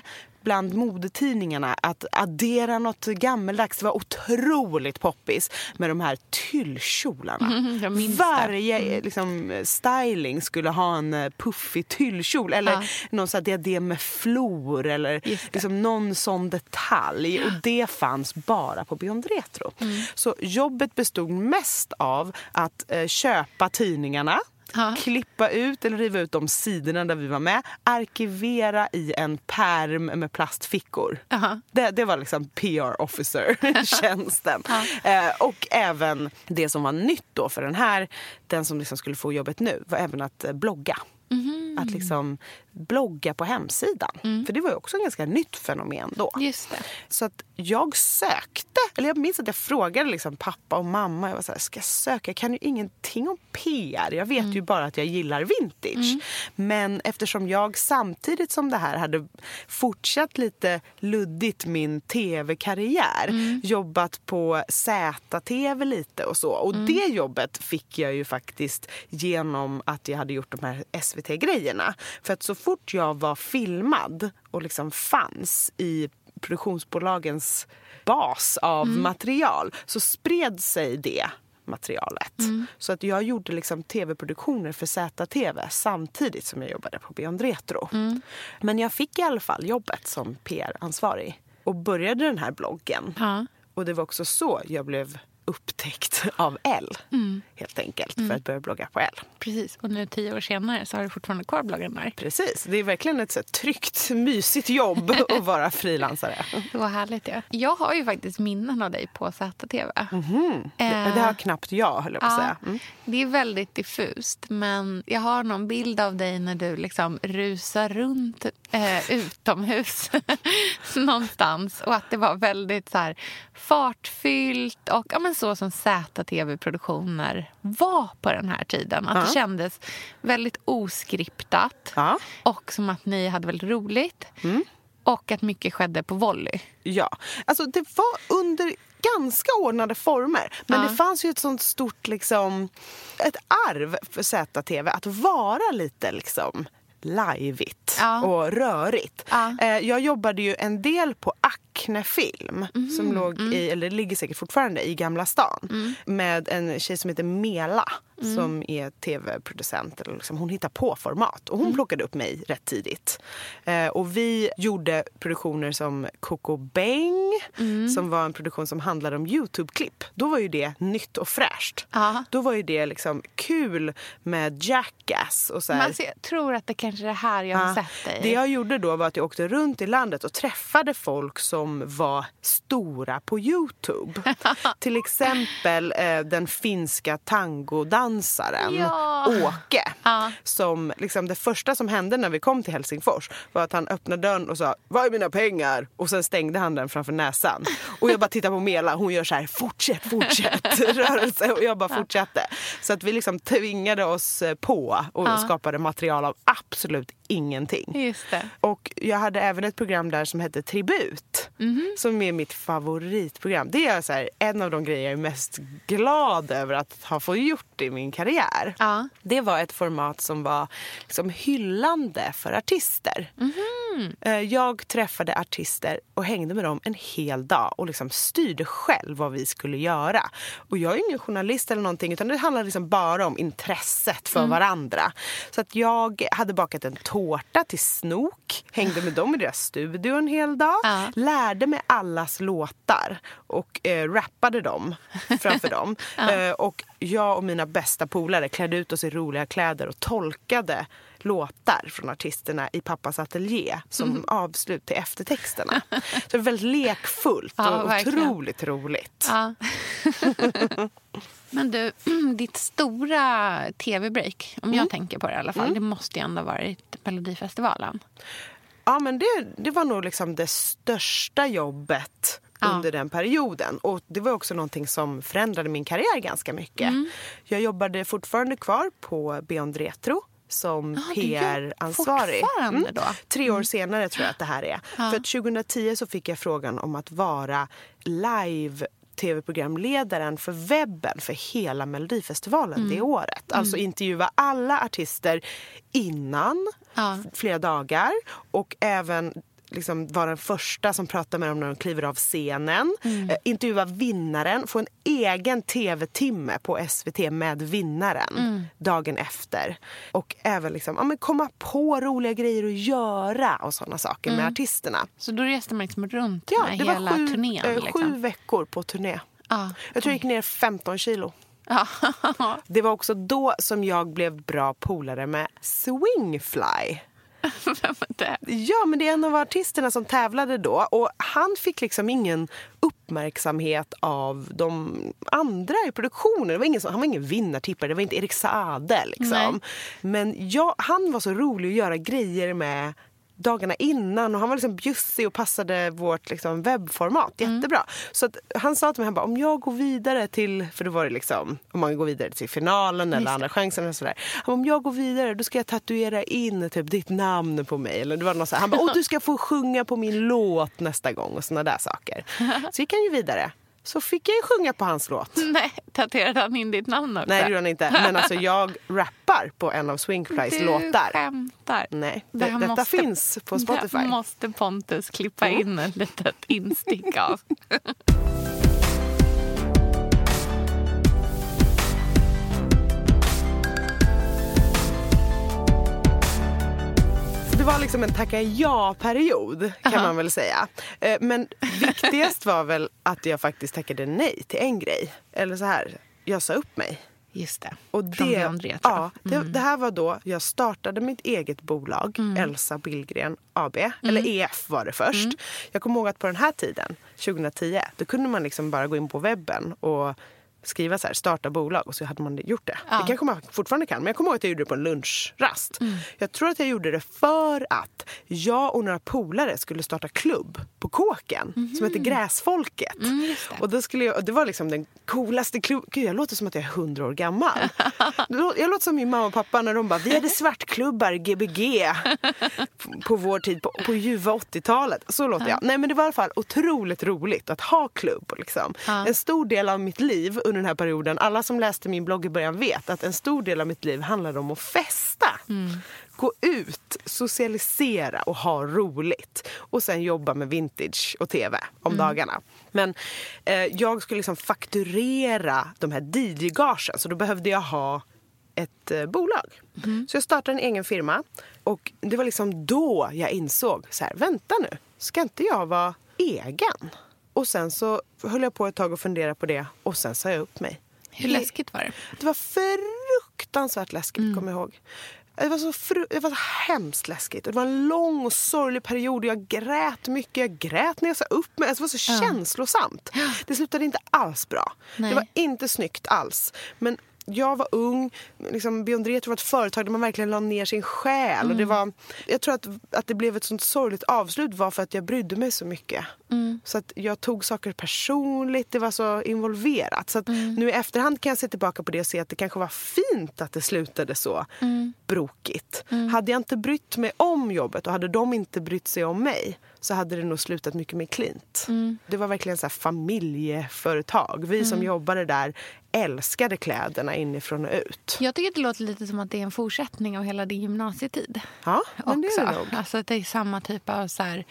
bland modetidningarna att addera något gammeldags. Det var otroligt poppis med de här tyllkjolarna. Mm, Varje mm. liksom, styling skulle ha en puffig tyllkjol eller ja. någon sån här diadem med flor eller liksom, någon sån detalj. Och det fanns bara på Beyond Retro. Mm. Så jobbet bestod mest av att eh, köpa tidningarna, ha. klippa ut eller riva ut de sidorna där vi var med, arkivera i en pärm med plastfickor. Uh-huh. Det, det var liksom P R-officer-tjänsten. uh-huh. eh, och även det som var nytt då för den här, den som liksom skulle få jobbet nu, var även att eh, blogga. Mm. Att liksom blogga på hemsidan. Mm. För det var ju också en ganska nytt fenomen då. Just det. Så att jag sökte, eller jag minns att jag frågade liksom pappa och mamma. Jag var så här, ska jag söka? Jag kan ju ingenting om P R. Jag vet mm. ju bara att jag gillar vintage. Mm. Men eftersom jag samtidigt som det här hade fortsatt lite luddigt min tv-karriär. Mm. Jobbat på Z T V lite och så. Och mm. det jobbet fick jag ju faktiskt genom att jag hade gjort de här S V T-grejerna. För att så fort jag var filmad och liksom fanns i produktionsbolagens bas av mm. material så spred sig det materialet. Mm. Så att jag gjorde liksom tv-produktioner för Z T V samtidigt som jag jobbade på Beyond Retro. Mm. Men jag fick i alla fall jobbet som P R-ansvarig och började den här bloggen. Ja. Och det var också så jag blev upptäckt av Elle, mm. helt enkelt, mm. för att börja blogga på Elle. Precis, och nu tio år senare så har du fortfarande kvar bloggen där. Precis, det är verkligen ett så tryggt, mysigt jobb att vara frilansare. Det var härligt, ja. Jag har ju faktiskt minnen av dig på Z T V. Mm-hmm. Eh, det har knappt jag, höll jag på att ja, säga. Mm. Det är väldigt diffust, men jag har någon bild av dig när du liksom rusar runt eh, utomhus någonstans och att det var väldigt så här fartfyllt och ja, men så som Z T V-produktioner var på den här tiden. Att ja. det kändes väldigt oskriptat ja. och som att ni hade väldigt roligt mm. och att mycket skedde på volley. Ja, alltså det var under ganska ordnade former. Men ja. det fanns ju ett sånt stort liksom, ett arv för Z T V att vara lite liksom liveigt ja. och rörigt. Ja. Eh, jag jobbade ju en del på Acne-film mm. som låg mm. i, eller det ligger säkert fortfarande i Gamla stan mm. med en tjej som heter Mela mm. som är tv-producent. Eller liksom, hon hittar på format och hon mm. plockade upp mig rätt tidigt. Eh, och vi gjorde produktioner som Coco Bang mm. som var en produktion som handlade om YouTube-klipp. Då var ju det nytt och fräscht. Ja. Då var ju det liksom kul med Jackass och så här. Man ser, jag tror att det kanske är det här jag har ja. sett dig. Det jag gjorde då var att jag åkte runt i landet och träffade folk som var stora på YouTube. Till exempel eh, den finska tangodansaren ja. Åke. Ja. Som liksom det första som hände när vi kom till Helsingfors var att han öppnade dörren och sa, vad är mina pengar? Och sen stängde han den framför näsan. Och jag bara tittar på Mela, hon gör så här, fortsätt, fortsätt rörelse. Och jag bara ja. fortsatte. Så att vi liksom tvingade oss på och ja. skapade material av absolut ingenting. Just det. Och jag hade även ett program där som hette Tribut. Mm-hmm. Som är mitt favoritprogram. Det är så här, en av de grejer jag är mest glad över att ha fått gjort i min karriär. Ja. Det var ett format som var liksom hyllande för artister. Mm-hmm. Jag träffade artister och hängde med dem en hel dag och liksom styrde själv vad vi skulle göra. Och jag är ingen journalist eller någonting utan det handlar liksom bara om intresset för mm. varandra. Så att jag hade bakat en tårta till Snook, hängde med dem i deras studio en hel dag, ja. lärde mig allas låtar och eh, rappade dem framför dem. Ja. Eh, och jag och mina bästa polare klädde ut oss i roliga kläder och tolkade låtar från artisterna i pappas ateljé som mm. avslut till eftertexterna. Så det var väldigt lekfullt och ja, otroligt roligt. Ja. Men du, ditt stora tv-break, om mm. jag tänker på det i alla fall, mm. det måste ju ändå ha varit Melodifestivalen. Ja, men det, det var nog liksom det största jobbet ja. under den perioden. Och det var också någonting som förändrade min karriär ganska mycket. Mm. Jag jobbade fortfarande kvar på Beyond Retro som ah, P R-ansvarig. Fortfarande då? Mm. Tre år senare tror jag att det här är. Ja. För att tjugohundratio så fick jag frågan om att vara live tv-programledaren för webben för hela Melodifestivalen mm. det året. Alltså mm. intervjua alla artister innan ja. flera dagar och även liksom vara den första som pratar med dem när de kliver av scenen. Mm. Eh, intervjua vinnaren. Få en egen tv-timme på S V T med vinnaren mm. dagen efter. Och även liksom, ja, men komma på roliga grejer att göra och sådana saker mm. med artisterna. Så då reste man liksom runt ja, med det hela var sju, turnén? Eh, liksom. sju veckor på turné. Ah, jag tror jag gick ner femton kilo. Det var också då som jag blev bra polare med Swingfly. Vem är det? Ja, men det är en av artisterna som tävlade då. Och han fick liksom ingen uppmärksamhet av de andra i produktionen. Det var ingen som, han var ingen vinnartippare, det var inte Erik Saade liksom. Men ja, han var så rolig att göra grejer med dagarna innan och han var liksom bjussig och passade vårt liksom webbformat jättebra. Mm. Så att han sa till mig, han bara, om jag går vidare till, för då var det liksom, om man går vidare till finalen eller andra chansen och sådär. Om jag går vidare, då ska jag tatuera in typ ditt namn på mig. Eller det var något så här. Han bara, åh, du ska få sjunga på min låt nästa gång och såna där saker. Så gick han ju vidare. Så fick jag ju sjunga på hans låt. Nej, tatuerade han in ditt namn också? Nej, det gjorde han inte. Men alltså jag rappar på en av Swingflies låtar. Du skämtar. Nej, det, detta måste, finns på Spotify. Det måste Pontus klippa mm. in ett litet instick av. Det var liksom en tacka ja-period kan uh-huh. man väl säga. Men viktigast var väl att jag faktiskt tackade nej till en grej. Eller så här, jag sa upp mig. Just det, och det, André, ja, det, mm. det här var då jag startade mitt eget bolag, mm. Elsa Billgren A B. Mm. Eller E F var det först. Mm. Jag kommer ihåg att på den här tiden, tjugohundratio, då kunde man liksom bara gå in på webben och skriva så här, starta bolag, och så hade man gjort det. Ja. Det kanske man fortfarande kan, men jag kommer ihåg att jag gjorde det på en lunchrast. Mm. Jag tror att jag gjorde det för att jag och några polare skulle starta klubb på Kåken mm. som heter Gräsfolket. Mm, och då skulle jag, och det var liksom den coolaste klubben. Gud, jag låter som att jag är hundra år gammal. Jag låter som min mamma och pappa när de bara, vi hade svartklubbar, G B G på, på vår tid, på, på ljuva åttiotalet. Så låter jag. Nej, men det var i alla fall otroligt roligt att ha klubb. Liksom. Ja. En stor del av mitt liv under den här perioden, alla som läste min blogg i början vet att en stor del av mitt liv handlade om att festa. Mm. Gå ut, socialisera och ha roligt. Och sen jobba med vintage och tv om mm. dagarna. Men eh, jag skulle liksom fakturera de här D J-gagen, så då behövde jag ha ett eh, bolag. Mm. Så jag startade en egen firma, och det var liksom då jag insåg så här, vänta nu, ska inte jag vara egen? Och sen så höll jag på ett tag och fundera på det, och sen sa jag upp mig. Hur läskigt var det? Det var fruktansvärt läskigt, mm. kommer jag ihåg. Det var, så fru- det var så hemskt läskigt. Det var en lång och sorglig period. Jag grät mycket. Jag grät när jag sa upp mig. Det var så ja. känslosamt. Det slutade inte alls bra. Nej. Det var inte snyggt alls. Men jag var ung. Liksom, Beyond Retro var ett företag där man verkligen la ner sin själ. Mm. Och det var, jag tror att, att det blev ett sånt sorgligt avslut var för att jag brydde mig så mycket. Mm. Så att jag tog saker personligt. Det var så involverat. Så att mm. nu i efterhand kan jag se tillbaka på det och se att det kanske var fint att det slutade så mm. brokigt. Mm. Hade jag inte brytt mig om jobbet och hade de inte brytt sig om mig, så hade det nog slutat mycket mer klint. Mm. Det var verkligen så här familjeföretag. Vi mm. som jobbade där älskade kläderna inifrån och ut. Jag tycker att det låter lite som att det är en fortsättning av hela din gymnasietid. Ja, men det är det nog. Alltså att det är samma typ av så här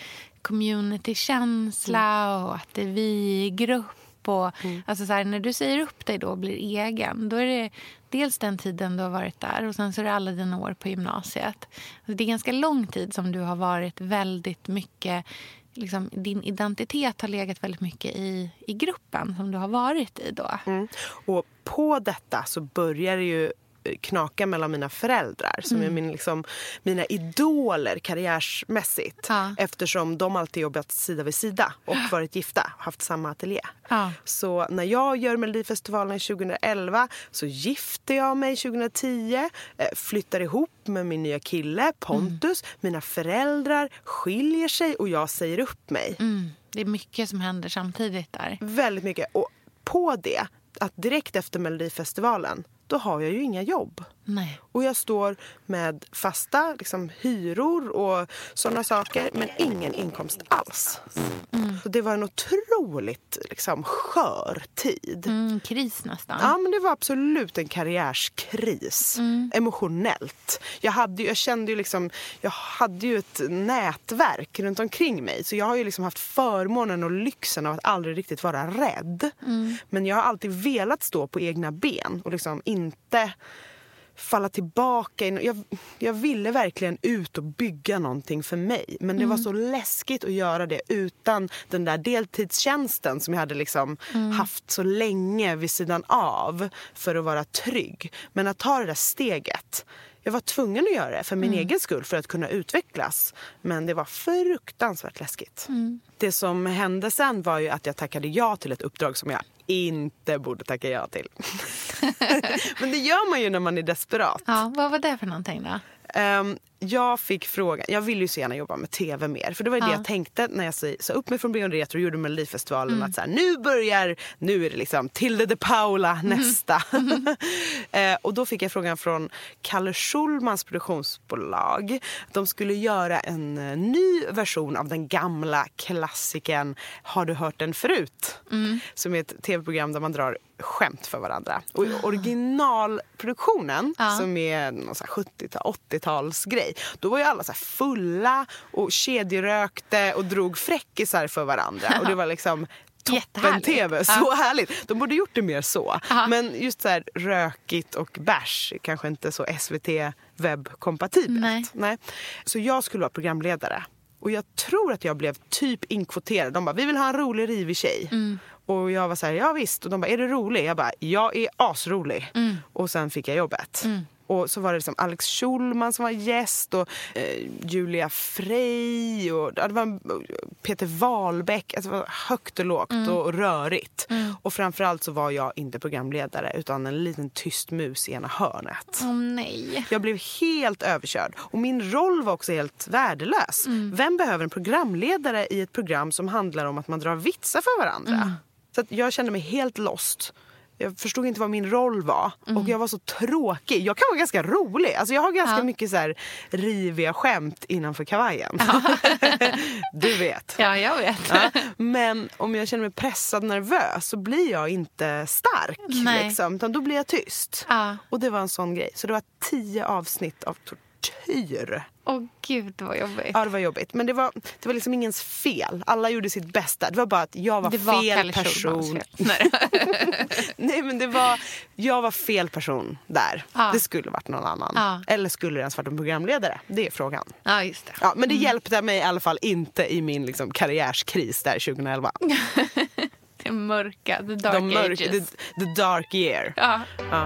community-känsla mm. och att det är vi i grupp. Och, mm. alltså så här, när du säger upp dig då och blir egen, då är det dels den tiden du har varit där, och sen så är det alla dina år på gymnasiet. Alltså det är ganska lång tid som du har varit väldigt mycket, liksom, din identitet har legat väldigt mycket i, i gruppen som du har varit i då. Mm. Och på detta så börjar det ju knaka mellan mina föräldrar som mm. är min, liksom, mina idoler karriärsmässigt, ja. Eftersom de alltid jobbat sida vid sida och varit gifta, haft samma ateljé. Ja. Så när jag gör Melodifestivalen tjugoelva så gifte jag mig tjugohundratio, flyttar ihop med min nya kille Pontus, mm. mina föräldrar skiljer sig och jag säger upp mig. Mm. Det är mycket som händer samtidigt där. Väldigt mycket, och på det att direkt efter Melodifestivalen då har jag ju inga jobb. Nej. Och jag står med fasta liksom, hyror och sådana saker, men ingen inkomst alls. Mm. Så det var en otroligt liksom, skör tid. Mm, kris nästan. Ja, men det var absolut en karriärskris. Mm. Emotionellt. Jag, hade, jag kände ju liksom, jag hade ju ett nätverk runt omkring mig. Så jag har ju liksom haft förmånen och lyxen av att aldrig riktigt vara rädd. Mm. Men jag har alltid velat stå på egna ben och liksom inte falla tillbaka. Jag, jag ville verkligen ut och bygga någonting för mig. Men det mm. var så läskigt att göra det utan den där deltidstjänsten som jag hade liksom mm. haft så länge vid sidan av för att vara trygg. Men att ta det där steget. Jag var tvungen att göra det för min mm. egen skull för att kunna utvecklas. Men det var fruktansvärt läskigt. Mm. Det som hände sen var ju att jag tackade ja till ett uppdrag som jag inte borde tacka ja till. Men det gör man ju när man är desperat. Ja, vad var det för någonting då? Um, jag fick frågan, jag vill ju så gärna jobba med tv mer. För det var ju ja. det jag tänkte när jag sa upp mig från Beyond Retro och gjorde Melodifestivalen. Mm. Att så här, nu börjar, nu är det liksom Tilde de Paula nästa. Mm. uh, och då fick jag frågan från Kalle Schulmans produktionsbolag. De skulle göra en uh, ny version av den gamla klassiken Har du hört den förut? Mm. Som är ett tv-program där man drar skämt för varandra. Och originalproduktionen ja. som är någon så här sjuttio-tal, åttio-tals grej. Då var ju alla så här fulla och kedjerökte och drog fräckisar för varandra. Ja. Och det var liksom toppen-tv. Så ja. härligt. De borde gjort det mer så. Aha. Men just så här rökigt och bärs kanske inte så S V T-webbkompatibelt. Nej. Nej. Så jag skulle vara programledare. Och jag tror att jag blev typ inkvoterad. De bara, vi vill ha en rolig, rivig tjej. Mm. Och jag var så här, ja visst. Och de bara, är du rolig? Jag bara, jag är asrolig. Mm. Och sen fick jag jobbet. Mm. Och så var det liksom Alex Schulman som var gäst och eh, Julia Frey och ja, det var Peter Wahlbeck. Alltså det var högt och lågt mm. och rörigt. Mm. Och framförallt så var jag inte programledare utan en liten tyst mus i ena hörnet. Åh oh, nej. Jag blev helt överkörd. Och min roll var också helt värdelös. Mm. Vem behöver en programledare i ett program som handlar om att man drar vitsar för varandra? Mm. Så att jag kände mig helt lost. Jag förstod inte vad min roll var. Mm. Och jag var så tråkig. Jag kan vara ganska rolig. Alltså jag har ganska ja. mycket så här riviga skämt innanför kavajen. Ja. Du vet. Ja, jag vet. Ja. Men om jag känner mig pressad, nervös så blir jag inte stark. Liksom, utan då blir jag tyst. Ja. Och det var en sån grej. Så det var tio avsnitt av tortyr. Åh oh, gud, det var jobbigt. Ja, det var jobbigt. Men det var, det var liksom ingens fel. Alla gjorde sitt bästa. Det var bara att jag var, det var fel person. Nej. Nej, men det var... Jag var fel person där. Ja. Det skulle varit någon annan. Ja. Eller skulle det ens varit en programledare? Det är frågan. Ja, just det. Ja, men det mm. hjälpte mig i alla fall inte i min liksom, karriärskris där tjugoelva. Det mörka, the dark De mörk, ages. The, the dark year. Ja. Ja.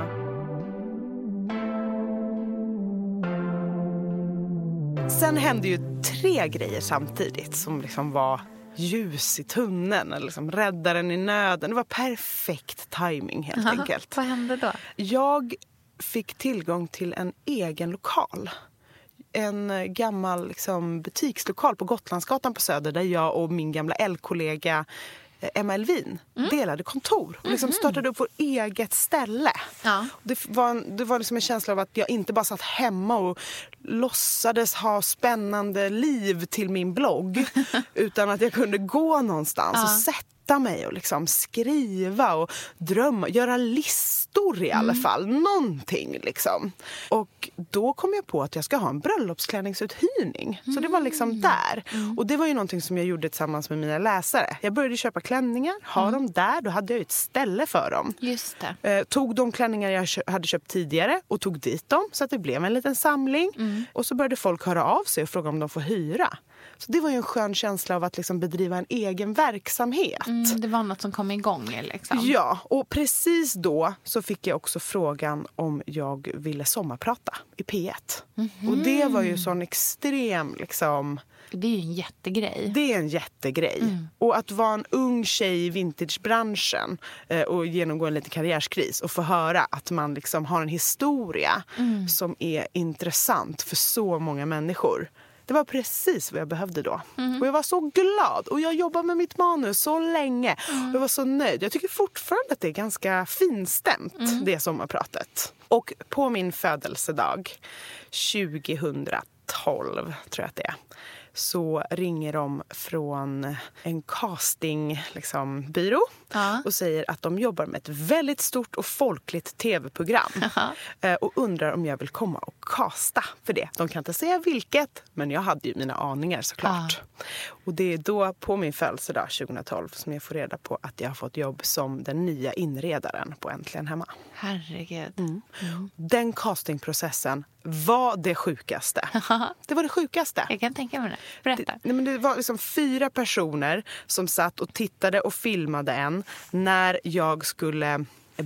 Sen hände ju tre grejer samtidigt som liksom var ljus i tunneln eller liksom räddaren i nöden. Det var perfekt timing helt Aha, enkelt. Vad hände då? Jag fick tillgång till en egen lokal. En gammal liksom, butikslokal på Gotlandsgatan på Söder där jag och min gamla L-kollega Emma Elvin mm. delade kontor och liksom startade upp vår eget ställe. Ja. Det var, en, det var liksom en känsla av att jag inte bara satt hemma och låtsades ha spännande liv till min blogg utan att jag kunde gå någonstans ja. och sätta mig och liksom skriva och drömma, göra listor i alla mm. fall, någonting liksom. Och då kom jag på att jag ska ha en bröllopsklänningsuthyrning. Mm. Så det var liksom där. Mm. Och det var ju någonting som jag gjorde tillsammans med mina läsare. Jag började köpa klänningar, ha mm. dem där, då hade jag ett ställe för dem. Just det. Eh, tog de klänningar jag kö- hade köpt tidigare och tog dit dem så att det blev en liten samling. Mm. Och så började folk höra av sig och fråga om de får hyra. Så det var ju en skön känsla av att liksom bedriva en egen verksamhet. Mm, det var något som kom igång liksom. Ja, och precis då så fick jag också frågan om jag ville sommarprata i P ett. Mm-hmm. Och det var ju sån extrem liksom... Det är ju en jättegrej. Det är en jättegrej. Mm. Och att vara en ung tjej i vintagebranschen eh, och genomgå en liten karriärskris och få höra att man liksom har en historia mm. som är intressant för så många människor. Det var precis vad jag behövde då. Mm. Och jag var så glad. Och jag jobbar med mitt manus så länge. Mm. Och jag var så nöjd. Jag tycker fortfarande att det är ganska finstämt, Mm. det sommarpratet. Och på min födelsedag tjugohundratolv, tror jag att det är, så ringer de från en castingbyrå liksom, byrå, Ja. och säger att de jobbar med ett väldigt stort och folkligt tv-program. Jaha. Och undrar om jag vill komma och casta för det. De kan inte säga vilket, men jag hade ju mina aningar såklart. Ja. Och det är då på min födelsedag tjugohundratolv som jag får reda på att jag har fått jobb som den nya inredaren på Äntligen Hemma. Herregud. Mm. Mm. Den castingprocessen var det sjukaste. Det var det sjukaste. Jag kan tänka mig det. Berätta. Det, nej, men det var liksom fyra personer som satt och tittade och filmade en när jag skulle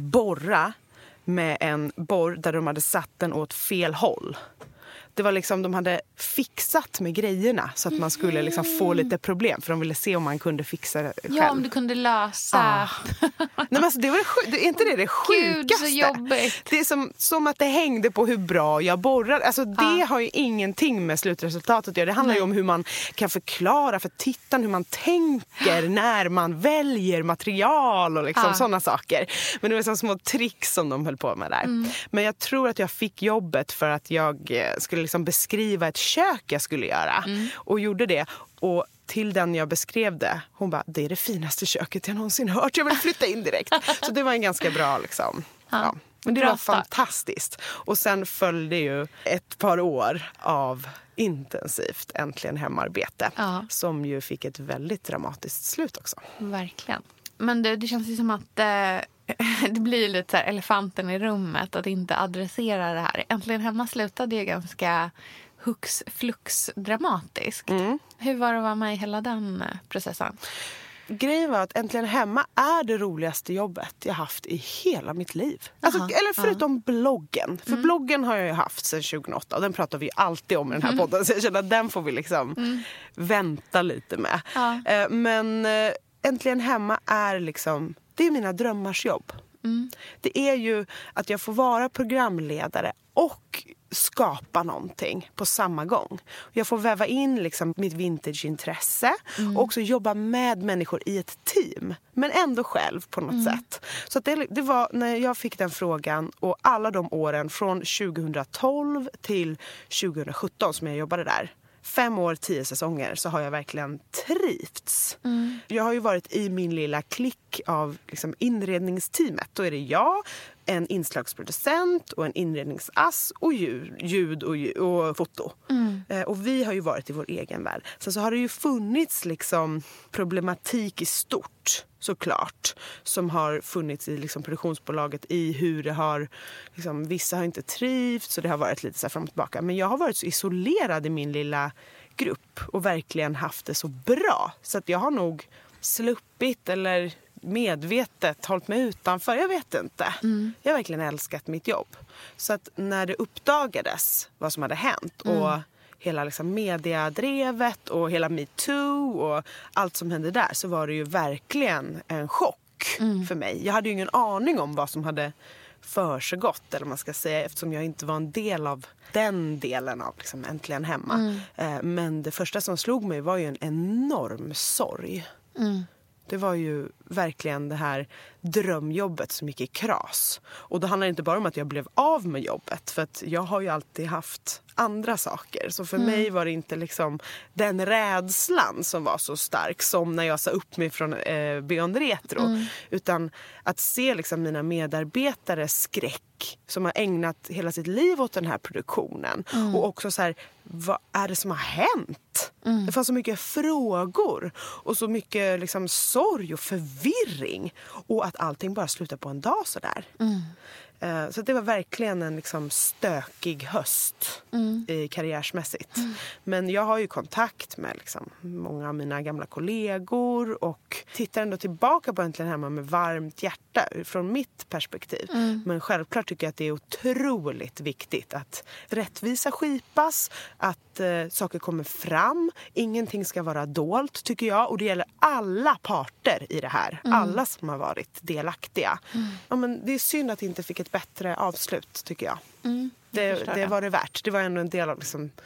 borra med en borr där de hade satt den åt fel håll. Det var liksom, de hade fixat med grejerna så att man skulle liksom få lite problem. För de ville se om man kunde fixa det själv. Ja, om du kunde lösa. Ah. Nej, men alltså, det var det sjuk- är inte det det sjukaste? Gud, så jobbigt. Det är som, som att det hängde på hur bra jag borrar. Alltså, det Ah. har ju ingenting med slutresultatet att göra. Det handlar Nej. ju om hur man kan förklara för tittaren hur man tänker när man väljer material och liksom Ah. sådana saker. Men det var liksom små tricks som de höll på med där. Mm. Men jag tror att jag fick jobbet för att jag eh, skulle liksom beskriva ett kök jag skulle göra. Mm. Och gjorde det. Och till den jag beskrev det, hon bara, det är det finaste köket jag någonsin hört. Jag vill flytta in direkt. Så det var en ganska bra liksom. Ja. Ja. Men det Bra var start. fantastiskt. Och sen följde ju ett par år av intensivt Äntligen Hemarbete. Ja. Som ju fick ett väldigt dramatiskt slut också. Verkligen. Men det, det känns ju som att eh, det blir lite så här elefanten i rummet att inte adressera det här. Äntligen Hemma slutade ju ganska hux flux dramatiskt. Mm. Hur var det att vara med i hela den eh, processen? Grejen var att Äntligen Hemma är det roligaste jobbet jag haft i hela mitt liv. Alltså, Aha, eller förutom bloggen. För Mm. bloggen har jag ju haft sedan tjugohundraåtta. Och den pratar vi ju alltid om i den här Mm. podden. Så jag känner att den får vi liksom Mm. vänta lite med. Ja. Eh, Men eh, Äntligen Hemma är liksom, det är mina drömmars jobb. Mm. Det är ju att jag får vara programledare och skapa någonting på samma gång. Jag får väva in liksom mitt vintageintresse Mm. och också jobba med människor i ett team. Men ändå själv på något Mm. sätt. Så att det, det var när jag fick den frågan och alla de åren från tjugohundratolv till tjugosjutton som jag jobbade där. Fem år, tio säsonger så har jag verkligen trivts. Mm. Jag har ju varit i min lilla klick av liksom inredningsteamet. Då är det jag, en inslagsproducent och en inredningsass och ljud, ljud och, ljud och foto. Mm. Eh, och vi har ju varit i vår egen värld. Sen så har det ju funnits liksom problematik i stort, såklart. Som har funnits i liksom produktionsbolaget i hur det har... Liksom, vissa har inte trivts så det har varit lite så här fram och tillbaka. Men jag har varit så isolerad i min lilla grupp och verkligen haft det så bra. Så att jag har nog sluppit eller medvetet hållit mig utanför. Jag vet inte. Mm. Jag har verkligen älskat mitt jobb. Så att när det uppdagades vad som hade hänt Mm. och hela liksom mediadrevet och hela MeToo och allt som hände där så var det ju verkligen en chock Mm. för mig. Jag hade ju ingen aning om vad som hade försegått eller man ska säga eftersom jag inte var en del av den delen av liksom Äntligen Hemma. Mm. Eh, Men det första som slog mig var ju en enorm sorg. Mm. Det var ju verkligen det här drömjobbet som gick i kras. Och då handlar det inte bara om att jag blev av med jobbet. För att jag har ju alltid haft andra saker. Så för Mm. mig var det inte liksom den rädslan som var så stark som när jag sa upp mig från eh, Beyond Retro. Mm. Utan att se liksom mina medarbetares skräck som har ägnat hela sitt liv åt den här produktionen. Mm. Och också så här, vad är det som har hänt? Mm. Det fanns så mycket frågor och så mycket liksom sorg och förvirring. Och att allting bara slutar på en dag så där. Mm. Eh, Så det var verkligen en liksom stökig höst Mm. i karriärsmässigt. Men jag har ju kontakt med liksom många av mina gamla kollegor och tittar ändå tillbaka på Äntligen Hemma med varmt hjärta från mitt perspektiv. Mm. Men självklart tycker jag att det är otroligt viktigt att rättvisa skipas, att eh, saker kommer fram. Ingenting ska vara dolt tycker jag och det gäller alla parter i det här. Mm. Alla som har varit delaktiga. Mm. Ja, men det är synd att det inte fick ett bättre avslut tycker jag. Mm. Jag Det, förstår det var det värt. Det var ändå en del av liksom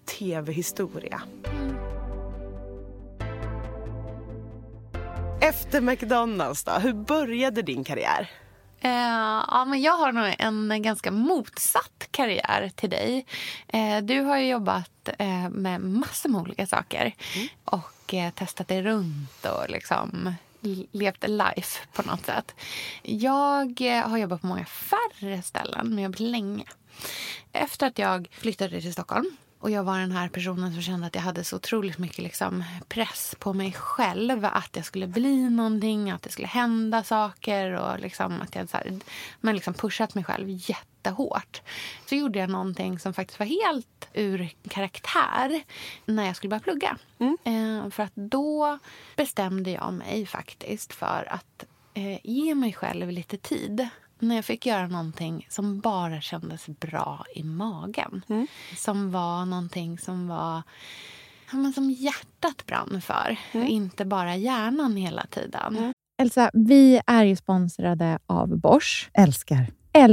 tv-historia. Efter McDonalds då, hur började din karriär? Uh, ja, men jag har nog en ganska motsatt karriär till dig. Uh, du har ju jobbat uh, med massor med olika saker. Mm. Och uh, testat dig runt och liksom levt life på något sätt. Jag uh, har jobbat på många färre ställen, men jag har jobbat länge. Efter att jag flyttade till Stockholm och jag var den här personen som kände att jag hade så otroligt mycket liksom press på mig själv. Att jag skulle bli någonting, att det skulle hända saker. Och liksom att jag så här, men liksom pushat mig själv jättehårt. Så gjorde jag någonting som faktiskt var helt ur karaktär när jag skulle börja plugga. Mm. Eh, för att då bestämde jag mig faktiskt för att eh, ge mig själv lite tid. När jag fick göra någonting som bara kändes bra i magen. Mm. Som var någonting som var ja, men som hjärtat brann för. Mm. Inte bara hjärnan hela tiden. Mm. Elsa, vi är ju sponsrade av Bosch. Älskar.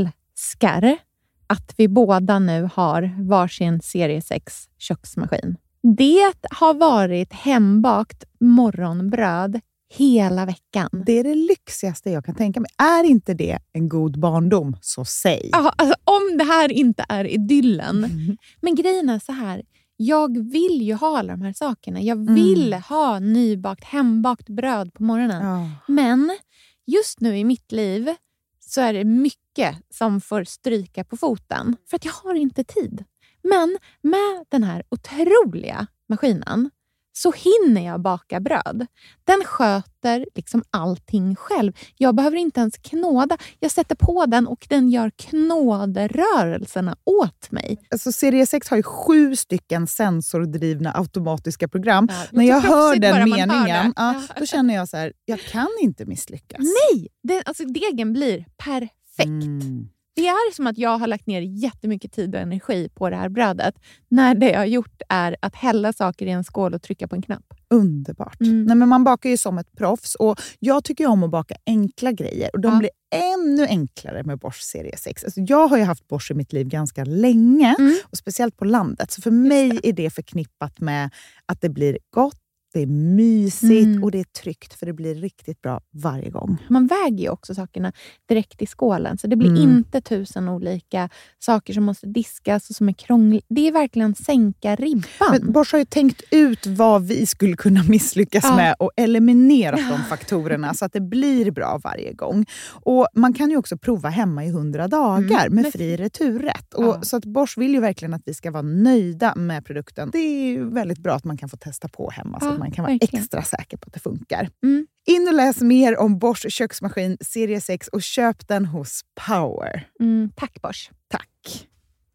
Älskar att vi båda nu har varsin serie sex köksmaskin. Det har varit hembakt morgonbröd hela veckan. Det är det lyxigaste jag kan tänka mig. Är inte det en god barndom, så säg. Ja, alltså, om det här inte är idyllen. Mm. Men grejen är så här. Jag vill ju ha alla de här sakerna. Jag vill mm. ha nybakt, hembakt bröd på morgonen. Ja. Men just nu i mitt liv så är det mycket som får stryka på foten. För att jag har inte tid. Men med den här otroliga maskinen så hinner jag baka bröd. Den sköter liksom allting själv. Jag behöver inte ens knåda. Jag sätter på den och den gör knåderörelserna åt mig. Alltså serie sex har ju sju stycken sensordrivna automatiska program. Ja, när jag hör den meningen, ja, då känner jag så här, jag kan inte misslyckas. Nej, det, alltså degen blir perfekt. Mm. Det är som att jag har lagt ner jättemycket tid och energi på det här brödet. När det jag har gjort är att hälla saker i en skål och trycka på en knapp. Underbart. Mm. Nej, men man bakar ju som ett proffs. Och jag tycker om att baka enkla grejer. Och de ja. blir ännu enklare med Bosch serie sex. Alltså jag har ju haft Bosch i mitt liv ganska länge. Mm. Och speciellt på landet. Så för mig är det förknippat med att det blir gott. Det är mysigt mm. och det är tryggt, för det blir riktigt bra varje gång. Man väger ju också sakerna direkt i skålen. Så det blir mm. inte tusen olika saker som måste diskas och som är krångligt. Det är verkligen sänka ribban. Men Bosch har ju tänkt ut vad vi skulle kunna misslyckas ja. med och eliminera de faktorerna så att det blir bra varje gång. Och man kan ju också prova hemma i hundra dagar mm. med fri returrätt. Och ja. Så att Bosch vill ju verkligen att vi ska vara nöjda med produkten. Det är ju väldigt bra att man kan få testa på hemma så ja. man kan vara verkligen extra säker på att det funkar. Mm. In och läs mer om Bosch köksmaskin serie sex och köp den hos Power. Mm, tack Bosch. Tack.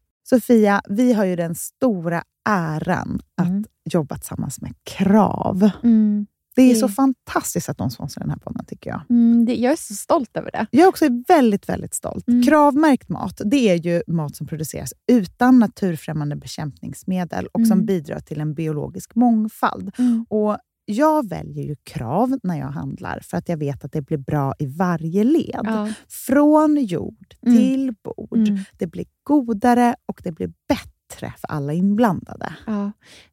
Sofia, vi har ju den stora äran mm. att jobba tillsammans med Krav. Mm. Det är det... så fantastiskt att de sponsrar den här podden, tycker jag. Mm, det, jag är så stolt över det. Jag är också väldigt, väldigt stolt. Mm. Kravmärkt mat, det är ju mat som produceras utan naturfrämmande bekämpningsmedel och mm. som bidrar till en biologisk mångfald. Mm. Och jag väljer ju Krav när jag handlar för att jag vet att det blir bra i varje led. Ja. Från jord mm. till bord. Mm. Det blir godare och det blir bättre för alla inblandade. Ja.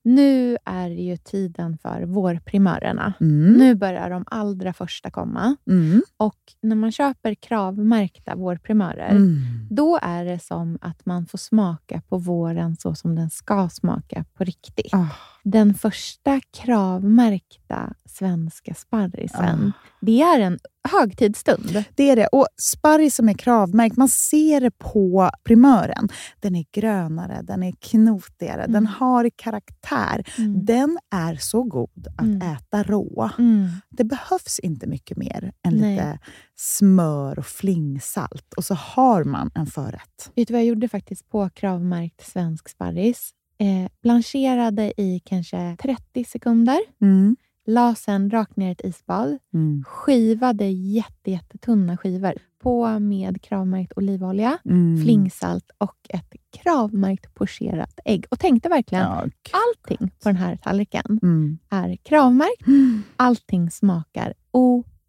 Nu är det ju tiden för vårprimörerna. Mm. Nu börjar de allra första komma. Mm. Och när man köper kravmärkta vårprimörer, mm. då är det som att man får smaka på våren så som den ska smaka på riktigt. Oh. Den första kravmärkta svenska sparrisen, oh. det är en högtidsstund. Det är det. Och sparris som är kravmärkt, man ser det på primören. Den är grönare, den är knotigare, mm. den har karaktär. Mm. Den är så god att mm. äta rå. Mm. Det behövs inte mycket mer än Nej. lite smör och flingsalt. Och så har man en förrätt. Vet du vad jag gjorde faktiskt på kravmärkt svensk sparris? Eh, blancherade i kanske trettio sekunder. Mm. La sen rakt ner ett isbad. Mm. Skivade jätte, jättetunna skivor. På med kravmärkt olivolja, mm. flingsalt och ett kravmärkt pocherat ägg. Och tänkte verkligen, ja, allting på den här tallriken mm. är kravmärkt. Mm. Allting smakar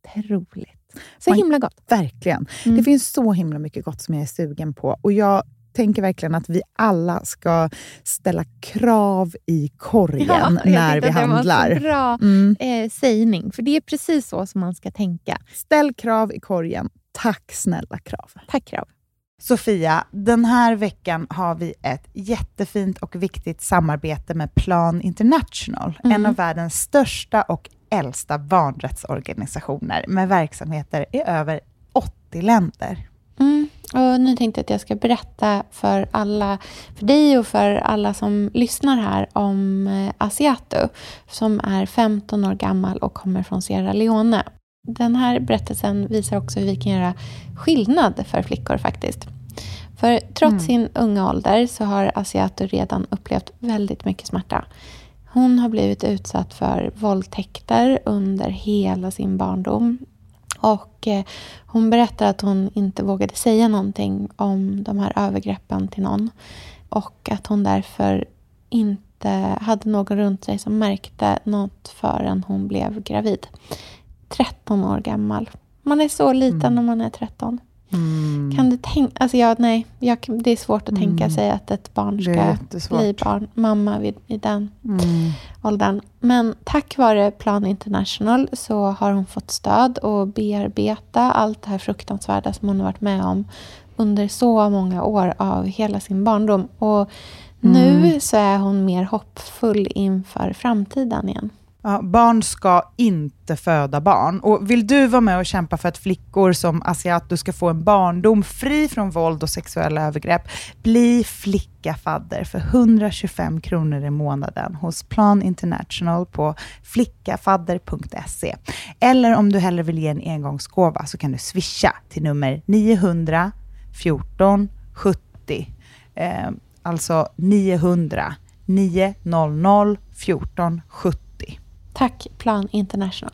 otroligt. Så Man, himla gott. Verkligen. Mm. Det finns så himla mycket gott som jag är sugen på. Och jag tänker verkligen att vi alla ska ställa krav i korgen ja, när vi handlar. Det var så bra mm. eh, sägning, för det är precis så som man ska tänka. Ställ krav i korgen. Tack snälla krav. Tack krav. Sofia, den här veckan har vi ett jättefint och viktigt samarbete med Plan International. Mm. En av världens största och äldsta barnrättsorganisationer med verksamheter i över åttio länder. Mm. Och nu tänkte jag att jag ska berätta för alla, för dig och för alla som lyssnar här om Assiato som är femton år gammal och kommer från Sierra Leone. Den här berättelsen visar också hur vi kan göra skillnad för flickor faktiskt. För trots mm. sin unga ålder så har Assiato redan upplevt väldigt mycket smärta. Hon har blivit utsatt för våldtäkter under hela sin barndom. Och eh, hon berättar att hon inte vågade säga någonting om de här övergreppen till någon. Och att hon därför inte hade någon runt sig som märkte något förrän hon blev gravid. tretton år gammal. Man är så liten mm. när man är tretton. Mm. Kan du tänka, alltså jag, nej, jag, det är svårt att mm. tänka sig att ett barn ska bli barn, mamma vid, i den mm. åldern. Men tack vare Plan International så har hon fått stöd och bearbeta allt det här fruktansvärda som hon har varit med om under så många år av hela sin barndom. Och mm. nu så är hon mer hoppfull inför framtiden igen. Ja, barn ska inte föda barn. Och vill du vara med och kämpa för att flickor som Assiato ska få en barndom fri från våld och sexuella övergrepp, bli flickafadder för hundratjugofem kronor i månaden hos Plan International på flickafadder punkt se. Eller om du hellre vill ge en engångsgåva så kan du swisha till nummer niohundra fjorton sjuttio. Eh, alltså niohundra niohundra fjorton sjuttio. Tack Plan International.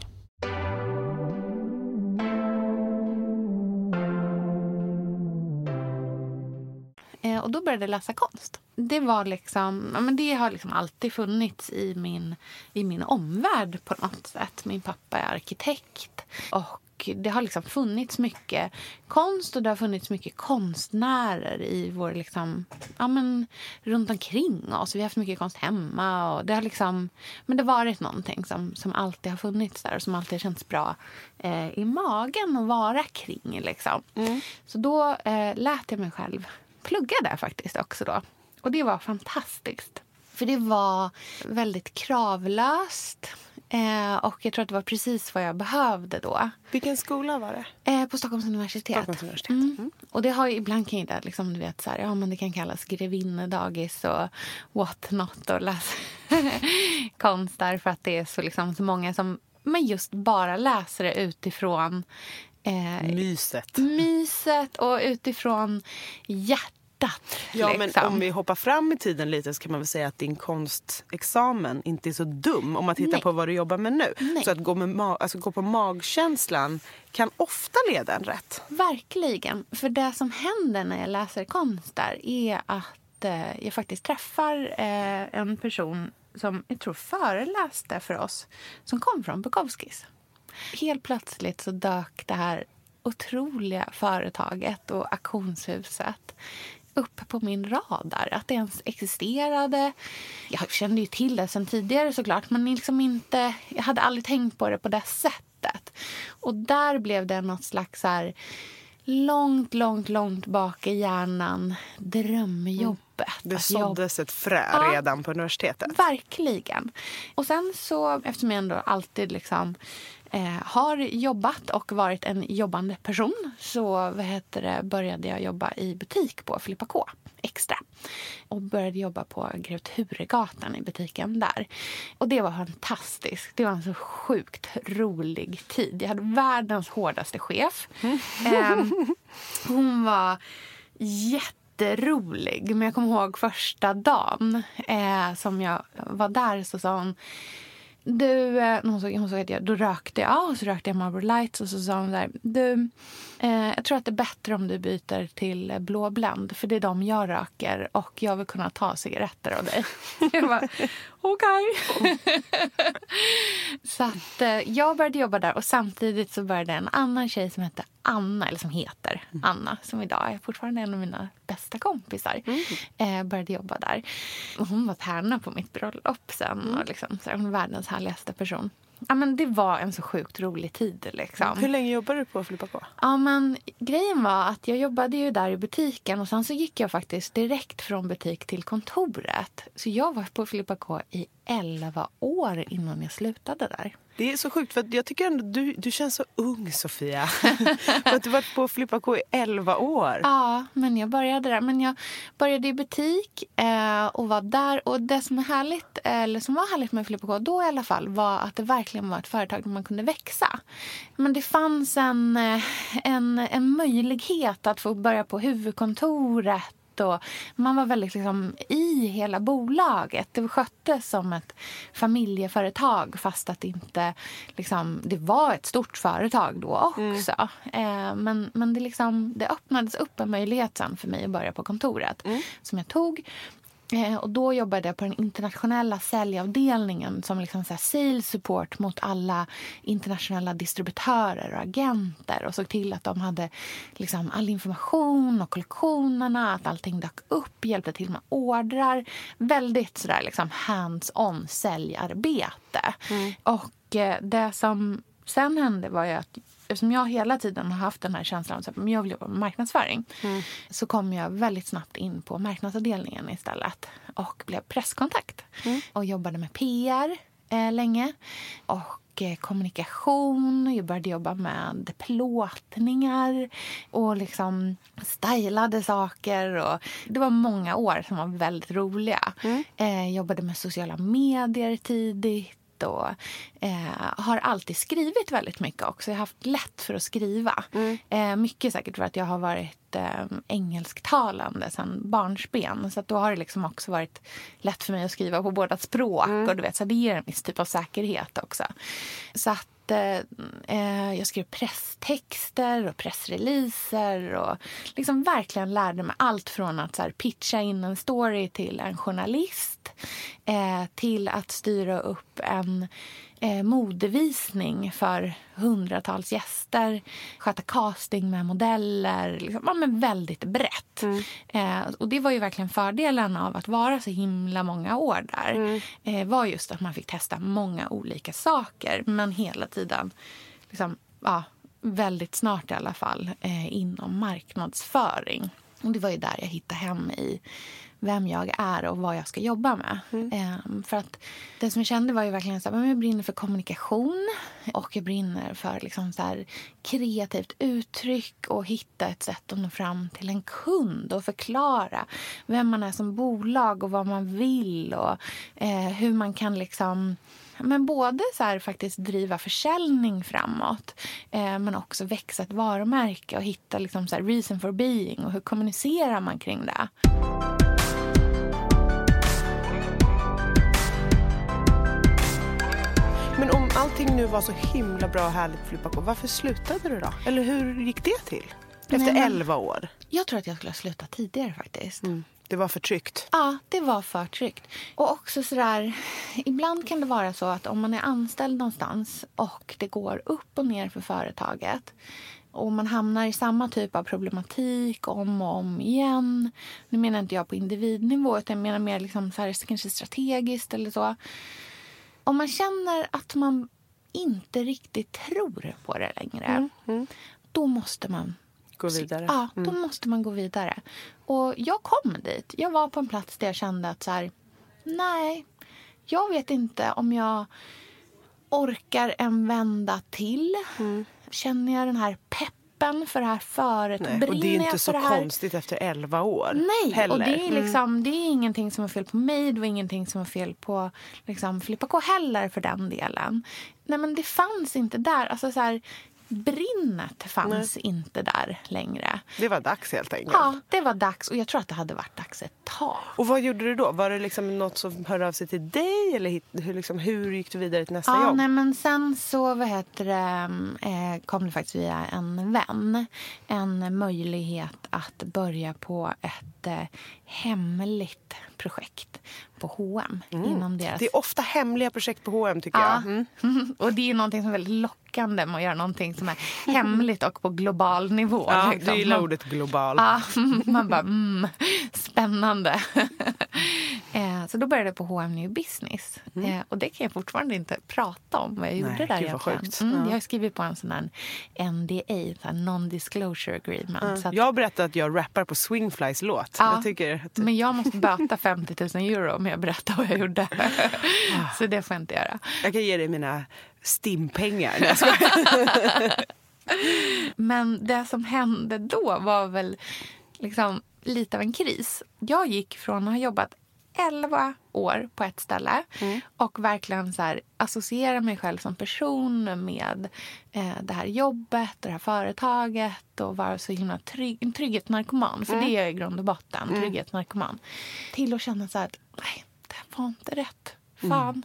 Eh, och då började jag läsa konst. Det var liksom, ja, men det har liksom alltid funnits i min, i min omvärld på något sätt. Min pappa är arkitekt och det har liksom funnits mycket konst och det har funnits mycket konstnärer i vår liksom, ja men runt omkring oss. Vi har haft mycket konst hemma och det har liksom, men det har varit någonting som, som alltid har funnits där och som alltid har känts bra eh, i magen att vara kring liksom. Mm. Så då eh, lät jag mig själv plugga där faktiskt också då. Och det var fantastiskt. För det var väldigt kravlöst. Eh, och jag tror att det var precis vad jag behövde då. Vilken skola var det? Eh, på Stockholms universitet. Stockholms universitet. Mm. Mm. Och det har ju ibland kan det liksom, du vet så här, ja men det kan kallas grevinnedagis och what not och läsa konst där för att det är så liksom så många som men just bara läser det utifrån eh, myset. Myset och utifrån hjärtat. Ja, liksom. Men om vi hoppar fram i tiden lite så kan man väl säga att din konstexamen inte är så dum om man tittar Nej. på vad du jobbar med nu. Nej. Så att gå, med ma- alltså gå på magkänslan kan ofta leda en rätt. Verkligen. För det som händer när jag läser konst där är att eh, jag faktiskt träffar eh, en person som jag tror föreläste för oss som kom från Bukowskis. Helt plötsligt så dök det här otroliga företaget och auktionshuset upp på min radar. Att det ens existerade. Jag kände ju till det sedan tidigare såklart. Men liksom inte, jag hade aldrig tänkt på det på det sättet. Och där blev det något slags så här långt, långt, långt bak i hjärnan. Drömjobbet. Det såddes ett frö ja, redan på universitetet. Verkligen. Och sen så, eftersom jag ändå alltid liksom Eh, har jobbat och varit en jobbande person så vad heter det, började jag jobba i butik på Filippa K extra och började jobba på Grev Turegatan i butiken där. Och det var fantastiskt. Det var en så sjukt rolig tid. Jag hade världens hårdaste chef. Mm. Eh, hon var jätterolig. Men jag kommer ihåg första dagen eh, som jag var där så sa hon Du, hon såg, hon såg att jag, då rökte jag, och så rökte jag Marlboro Lights och så sa hon där, du, eh, jag tror att det är bättre om du byter till blå Blend, för det är de jag röker och jag vill kunna ta cigaretter av dig. Jag bara, okej. Okay. Så att eh, jag började jobba där och samtidigt så började en annan tjej som hette Anna, eller som heter mm. Anna, som idag är fortfarande en av mina bästa kompisar, mm. eh, började jobba där. Och hon var tärna på mitt bröllop sen. Mm. Och liksom, så hon är världens härligaste person. Ja, men det var en så sjukt rolig tid. Liksom. Hur länge jobbade du på Filippa K? Ja, men grejen var att jag jobbade ju där i butiken och sen så gick jag faktiskt direkt från butik till kontoret. Så jag var på Filippa K i elva år innan jag slutade där. Det är så sjukt, för att jag tycker ändå du, du känns så ung, Sofia. För att du varit på Filippa K i elva år. Ja, men jag började där. Men jag började i butik eh, och var där. Och det som är härligt, eller som var härligt med Filippa K då i alla fall, var att det verkligen var ett företag där man kunde växa. Men det fanns en, en, en möjlighet att få börja på huvudkontoret. Och man var väldigt liksom i hela bolaget. Det sköttes som ett familjeföretag fast att inte liksom, det var ett stort företag då också. Mm. Eh, men men det, liksom, det öppnades upp en möjlighet sen för mig att börja på kontoret mm. som jag tog. Eh, och då jobbade jag på den internationella säljavdelningen som liksom så här sales support mot alla internationella distributörer och agenter och såg till att de hade liksom all information och kollektionerna, att allting dök upp, hjälpte till med ordrar. Väldigt sådär liksom hands-on säljarbete. Mm. Och eh, det som sen hände var ju att eftersom jag hela tiden har haft den här känslan att jag vill jobba med marknadsföring mm. så kom jag väldigt snabbt in på marknadsavdelningen istället och blev presskontakt mm. och jobbade med P R eh, länge och eh, kommunikation. Jag började jobba med plåtningar och liksom stylade saker och det var många år som var väldigt roliga. Mm. Eh, jobbade med sociala medier tidigt. Och eh, har alltid skrivit väldigt mycket också. Jag har haft lätt för att skriva. Mm. Eh, mycket säkert för att jag har varit eh, engelsktalande sedan barnsben. Så att då har det liksom också varit lätt för mig att skriva på båda språk. Mm. Och du vet, så det ger en viss typ av säkerhet också. Så att eh, jag skrev presstexter och pressreleaser och liksom verkligen lärde mig allt från att så här, pitcha in en story till en journalist eh, till att styra upp en eh, modevisning för hundratals gäster, sköta casting med modeller, liksom, ja, men väldigt brett. Mm. Eh, och det var ju verkligen fördelen av att vara så himla många år där. Mm. Eh, var just att man fick testa många olika saker, men hela tiden liksom, ja, väldigt snart i alla fall eh, inom marknadsföring. Och det var ju där jag hittade hem i vem jag är och vad jag ska jobba med. Mm. Um, för att det som jag kände var ju verkligen så här, jag brinner för kommunikation och jag brinner för liksom så här kreativt uttryck och hitta ett sätt att nå fram till en kund och förklara vem man är som bolag och vad man vill och eh, hur man kan liksom men både så här faktiskt driva försäljning framåt eh, men också växa ett varumärke och hitta liksom så här reason for being och hur kommunicerar man kring det. Men om allting nu var så himla bra och härligt Filippa K, varför slutade du då? Eller hur gick det till? Efter Nej, men, elva år? Jag tror att jag skulle ha slutat tidigare faktiskt. Mm. Det var för tryggt. Ja, det var för tryggt. Och också sådär, ibland kan det vara så att om man är anställd någonstans och det går upp och ner för företaget och man hamnar i samma typ av problematik om och om igen. Nu menar inte jag på individnivå utan jag menar mer liksom så här, kanske strategiskt eller så. Om man känner att man inte riktigt tror på det längre, mm, mm. då måste man gå vidare. Ja, då mm. måste man gå vidare. Och jag kom dit. Jag var på en plats där jag kände att så här, nej, jag vet inte om jag orkar en vända till. Mm. Känner jag den här peppen för det här företaget? Nej, och det är inte så konstigt efter elva år. Nej, heller. Och det är, liksom, mm. det är ingenting som är fel på mig. Det var ingenting som var fel på liksom, Filippa K heller för den delen. Nej, men det fanns inte där. Alltså så här, brinnet fanns Nej. inte där längre. Det var dags helt enkelt. Ja, det var dags. Och jag tror att det hade varit dags ett tag. Och vad gjorde du då? Var det liksom något som hörde av sig till dig? Eller hur, liksom, hur gick du vidare till nästa ja, jobb? Nej, men sen så vad heter det, eh, kom det faktiskt via en vän. En möjlighet att börja på ett eh, hemligt projekt på H och M. Mm. Inom deras... Det är ofta hemliga projekt på H och M tycker ja. jag. Mm. Och det är någonting som är väldigt lockande lockande med att göra någonting som är hemligt och på global nivå. Ja, liksom. du gillar ordet global. Ja, man bara, mm, spännande. eh, så då började jag på H och M New Business. Mm. Eh, och det kan jag fortfarande inte prata om vad jag Nej, gjorde där gud, egentligen. Mm, ja. Jag har skrivit på en sån här N D A, non-disclosure agreement. Mm. Så att, jag har berättat att jag rappar på Swingflies låt. Ja, jag tycker att... men jag måste böta femtio tusen euro om jag berättar vad jag gjorde. Så det får jag inte göra. Jag kan ge dig mina stimpengar. Men det som hände då var väl liksom lite av en kris. Jag gick från att ha jobbat elva år på ett ställe mm. och verkligen så här associera mig själv som person med eh, det här jobbet, det här företaget och vara så himla trygg, en trygghetsnarkoman, för mm. det är i grund och botten, mm. trygghetsnarkoman. Till att känna så här att nej, det var inte rätt. Fan. Mm.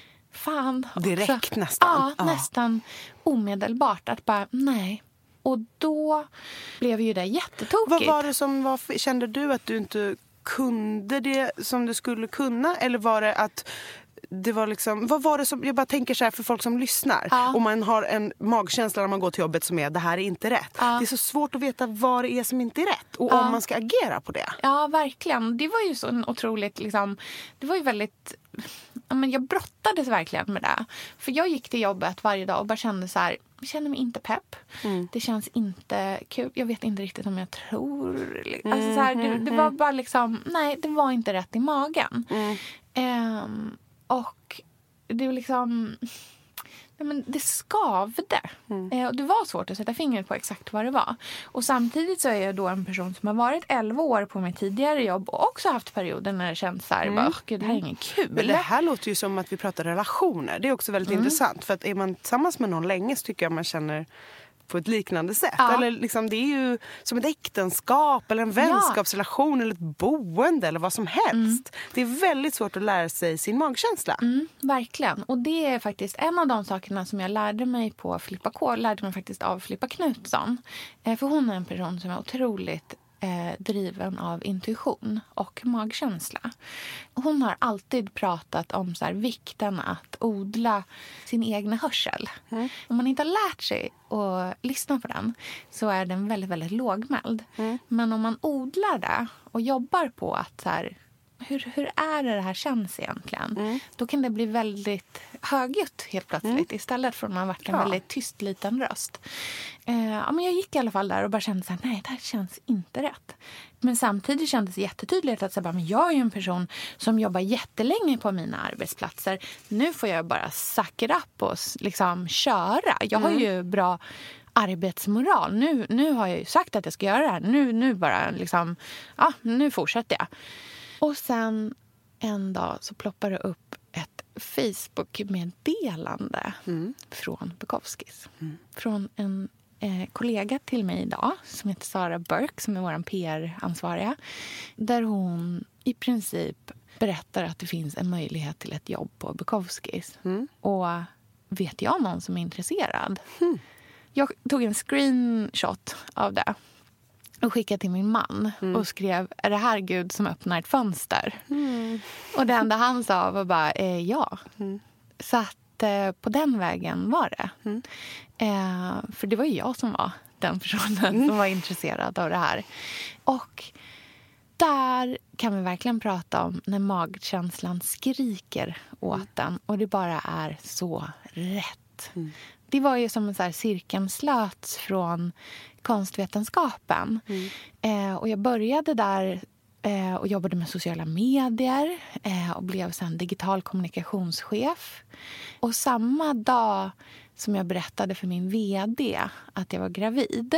Fan. Direkt också, nästan. Ja, ja, nästan omedelbart att bara nej. Och då blev ju det jättetokigt. Vad var det som var, kände du att du inte kunde det som du skulle kunna, eller var det att det var liksom, vad var det som, jag bara tänker så här för folk som lyssnar, ja. Och man har en magkänsla när man går till jobbet som är, det här är inte rätt. Ja. Det är så svårt att veta vad det är som inte är rätt och ja. Om man ska agera på det. Ja, verkligen. Det var ju så en otroligt liksom, det var ju väldigt, ja, men jag brottades verkligen med det. För jag gick till jobbet varje dag och bara kände så här, jag känner mig inte pepp. Mm. Det känns inte kul. Jag vet inte riktigt om jag tror. Alltså, så här, det, det var bara liksom, nej, det var inte rätt i magen. Mm. Um, och det var liksom, nej, men det skavde. Mm. Uh, och det var svårt att sätta fingret på exakt vad det var. Och samtidigt så är jag då en person som har varit elva år på mitt tidigare jobb och också haft perioder när det känns så här, mm. bara, gud, det här är ingen kul. Men det här låter ju som att vi pratar relationer. Det är också väldigt mm. intressant. För att är man tillsammans med någon länge så tycker jag man känner på ett liknande sätt. Ja. Eller liksom, det är ju som ett äktenskap eller en vänskapsrelation ja. Eller ett boende eller vad som helst. Mm. Det är väldigt svårt att lära sig sin magkänsla. Mm, verkligen. Och det är faktiskt en av de sakerna som jag lärde mig på Filippa K. Lärde mig faktiskt av Filippa Knutsson. Eh, för hon är en person som är otroligt eh, driven av intuition och magkänsla. Hon har alltid pratat om så här, vikten att odla sin egna hörsel. Mm. Om man inte har lärt sig att lyssna på den så är den väldigt, väldigt lågmäld. Mm. Men om man odlar det och jobbar på att så här, hur, hur är det det här känns egentligen? Mm. Då kan det bli väldigt högljutt helt plötsligt mm. istället för att man har varit en ja. Väldigt tyst liten röst. Eh, ja, men jag gick i alla fall där och bara kände så här, nej, det här känns inte rätt. Men samtidigt kändes det jättetydligt att så här, men jag är ju en person som jobbar jättelänge på mina arbetsplatser. Nu får jag bara suck it up och liksom köra. Jag mm. har ju bra arbetsmoral. Nu, nu har jag ju sagt att jag ska göra det här. Nu, nu bara liksom, ja, nu fortsätter jag. Och sen en dag så ploppar det upp ett Facebook-meddelande mm. från Bukowskis. Mm. Från en eh, kollega till mig idag som heter Sara Burke, som är vår P R-ansvariga. Där hon i princip berättar att det finns en möjlighet till ett jobb på Bukowskis. Mm. Och vet jag någon som är intresserad? Mm. Jag tog en screenshot av det och skickade till min man mm. och skrev, är det här Gud som öppnar ett fönster? Mm. Och det enda han sa var bara, eh, ja. Mm. Så att eh, på den vägen var det. Mm. Eh, för det var ju jag som var den personen mm. som var intresserad av det här. Och där kan vi verkligen prata om när magkänslan skriker åt mm. den. Och det bara är så rätt. Mm. Det var ju som en så här cirkeln slöts från konstvetenskapen. Mm. Eh, och jag började där eh, och jobbade med sociala medier eh, och blev sen digital kommunikationschef. Och samma dag som jag berättade för min vd att jag var gravid,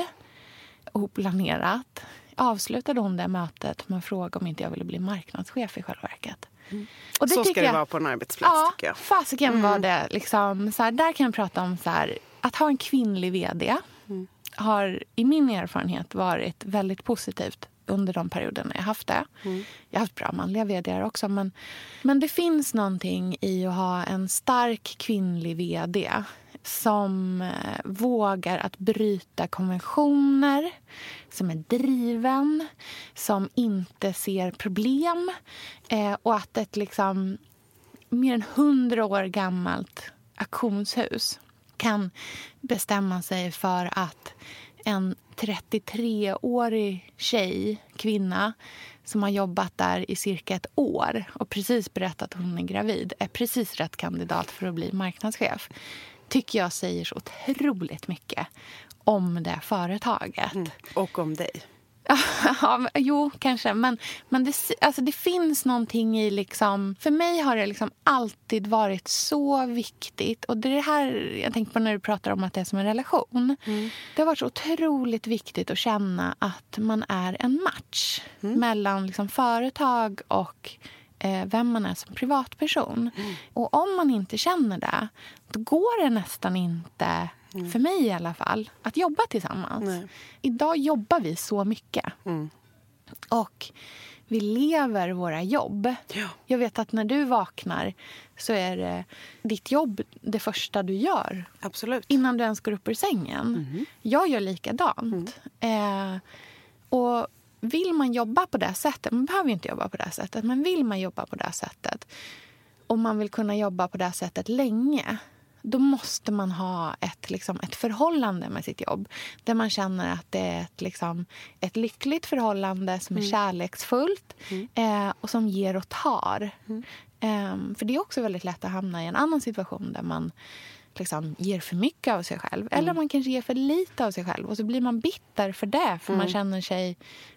oplanerat, avslutade hon det mötet med att fråga om inte jag ville bli marknadschef i själva verket. Mm. Och det så ska det jag, vara på en arbetsplats, ja, tycker jag. Fasiken mm. var det liksom, så här, där kan jag prata om så här, att ha en kvinnlig vd mm. har i min erfarenhet varit väldigt positivt under de perioderna jag haft det. Mm. Jag har haft bra manliga vdar också, men, men det finns någonting i att ha en stark kvinnlig vd som eh, vågar att bryta konventioner, som är driven, som inte ser problem eh, och att ett liksom mer än hundra år gammalt auktionshus kan bestämma sig för att en trettiotre-årig tjej, kvinna, som har jobbat där i cirka ett år och precis berättat att hon är gravid, är precis rätt kandidat för att bli marknadschef, tycker jag säger så otroligt mycket om det företaget. Mm. Och om dig. Ja, jo, kanske. Men, men det, alltså det finns någonting i liksom... För mig har det liksom alltid varit så viktigt. Och det är det här jag tänker på när du pratar om att det är som en relation. Mm. Det har varit så otroligt viktigt att känna att man är en match mm. mellan liksom företag och eh, vem man är som privatperson. Mm. Och om man inte känner det, då går det nästan inte... Mm. För mig i alla fall, att jobba tillsammans. Nej. Idag jobbar vi så mycket. Mm. Och vi lever våra jobb. Ja. Jag vet att när du vaknar så är det ditt jobb det första du gör. Absolut. Innan du ens går upp ur sängen. Mm. Jag gör likadant. Mm. Eh, och vill man jobba på det sättet, man behöver inte jobba på det sättet, men vill man jobba på det sättet och man vill kunna jobba på det sättet länge, då måste man ha ett, liksom, ett förhållande med sitt jobb. Där man känner att det är ett, liksom, ett lyckligt förhållande som är mm. kärleksfullt mm. eh, och som ger och tar. Mm. Eh, för det är också väldigt lätt att hamna i en annan situation där man liksom, ger för mycket av sig själv. Mm. Eller man kanske ger för lite av sig själv. Och så blir man bitter för det. För mm. man känner sig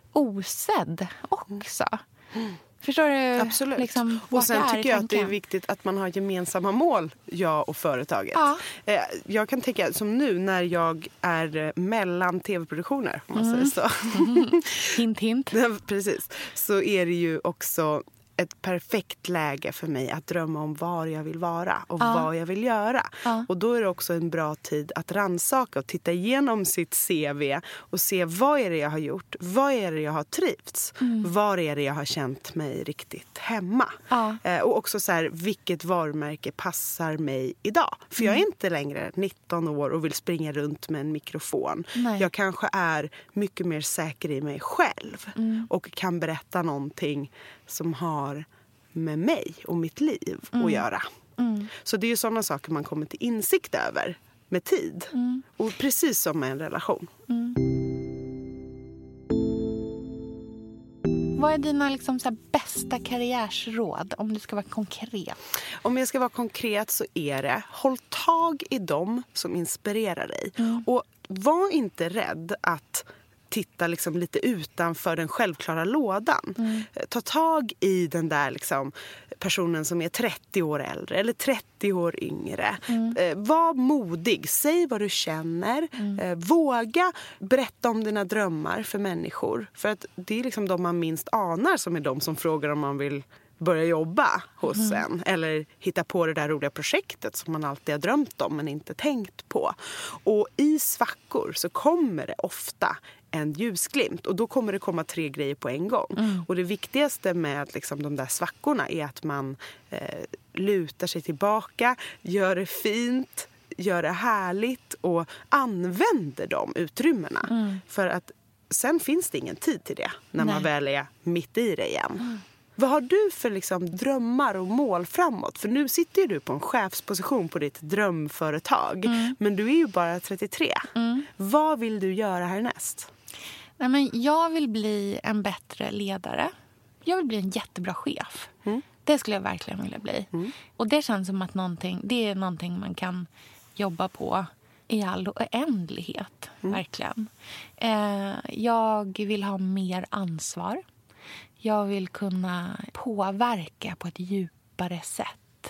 osedd också. Mm. Förstår du? Absolut. Liksom, och sen tycker jag att det är viktigt att man har gemensamma mål, jag och företaget. Ja. Jag kan tänka som nu när jag är mellan tv-produktioner, om man mm. säger så. Mm. Hint, hint. Precis. Så är det ju också ett perfekt läge för mig att drömma om var jag vill vara och ja. vad jag vill göra. Ja. Och då är det också en bra tid att rannsaka och titta igenom sitt C V och se vad är det jag har gjort, vad är det jag har trivts, mm. var är det jag har känt mig riktigt hemma. Ja. Eh, och också så här, vilket varumärke passar mig idag. För mm. jag är inte längre nitton år och vill springa runt med en mikrofon. Nej. Jag kanske är mycket mer säker i mig själv mm. och kan berätta någonting som har med mig och mitt liv mm. att göra. Mm. Så det är ju sådana saker man kommer till insikt över med tid. Mm. Och precis som med en relation. Mm. Vad är dina liksom, så här, bästa karriärsråd om du ska vara konkret? Om jag ska vara konkret så är det håll tag i dem som inspirerar dig. Mm. Och var inte rädd att titta liksom lite utanför den självklara lådan. Mm. Ta tag i den där liksom personen som är trettio år äldre eller trettio år yngre. Mm. Eh, var modig. Säg vad du känner. Mm. Eh, våga berätta om dina drömmar för människor. För att det är liksom de man minst anar som är de som frågar om man vill börja jobba hos mm. en. Eller hitta på det där roliga projektet som man alltid har drömt om men inte tänkt på. Och i svackor så kommer det ofta en ljusglimt. Och då kommer det komma tre grejer på en gång. Mm. Och det viktigaste med liksom, de där svackorna är att man eh, lutar sig tillbaka, gör det fint, gör det härligt och använder de utrymmena. Mm. För att sen finns det ingen tid till det när Nej. man väl är mitt i det igen. Mm. Vad har du för liksom drömmar och mål framåt? För nu sitter ju du på en chefsposition på ditt drömföretag. Mm. Men du är ju bara trettiotre. Mm. Vad vill du göra härnäst? Nej, men jag vill bli en bättre ledare. Jag vill bli en jättebra chef. Mm. Det skulle jag verkligen vilja bli. Mm. Och det känns som att någonting, det är någonting man kan jobba på i all oändlighet. Mm. Verkligen. Eh, jag vill ha mer ansvar. Jag vill kunna påverka på ett djupare sätt.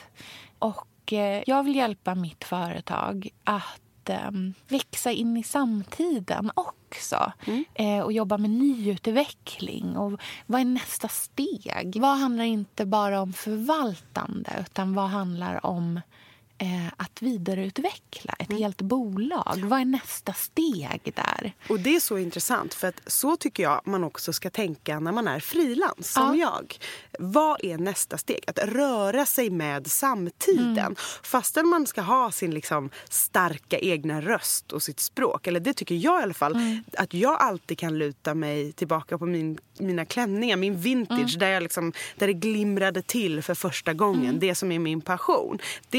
Och eh, jag vill hjälpa mitt företag att eh, växa in i samtiden också. Mm. Eh, och jobba med nyutveckling. Och vad är nästa steg? Vad handlar inte bara om förvaltande utan vad handlar om Eh, att vidareutveckla ett mm. helt bolag. Vad är nästa steg där? Och det är så intressant för att så tycker jag man också ska tänka när man är frilans som ja. jag. Vad är nästa steg? Att röra sig med samtiden. Mm. Fastän man ska ha sin liksom starka egna röst och sitt språk. Eller det tycker jag i alla fall. Mm. Att jag alltid kan luta mig tillbaka på min, mina klänningar. Min vintage. Mm. Där, jag liksom, där det glimrade till för första gången. Mm. Det som är min passion. Det bär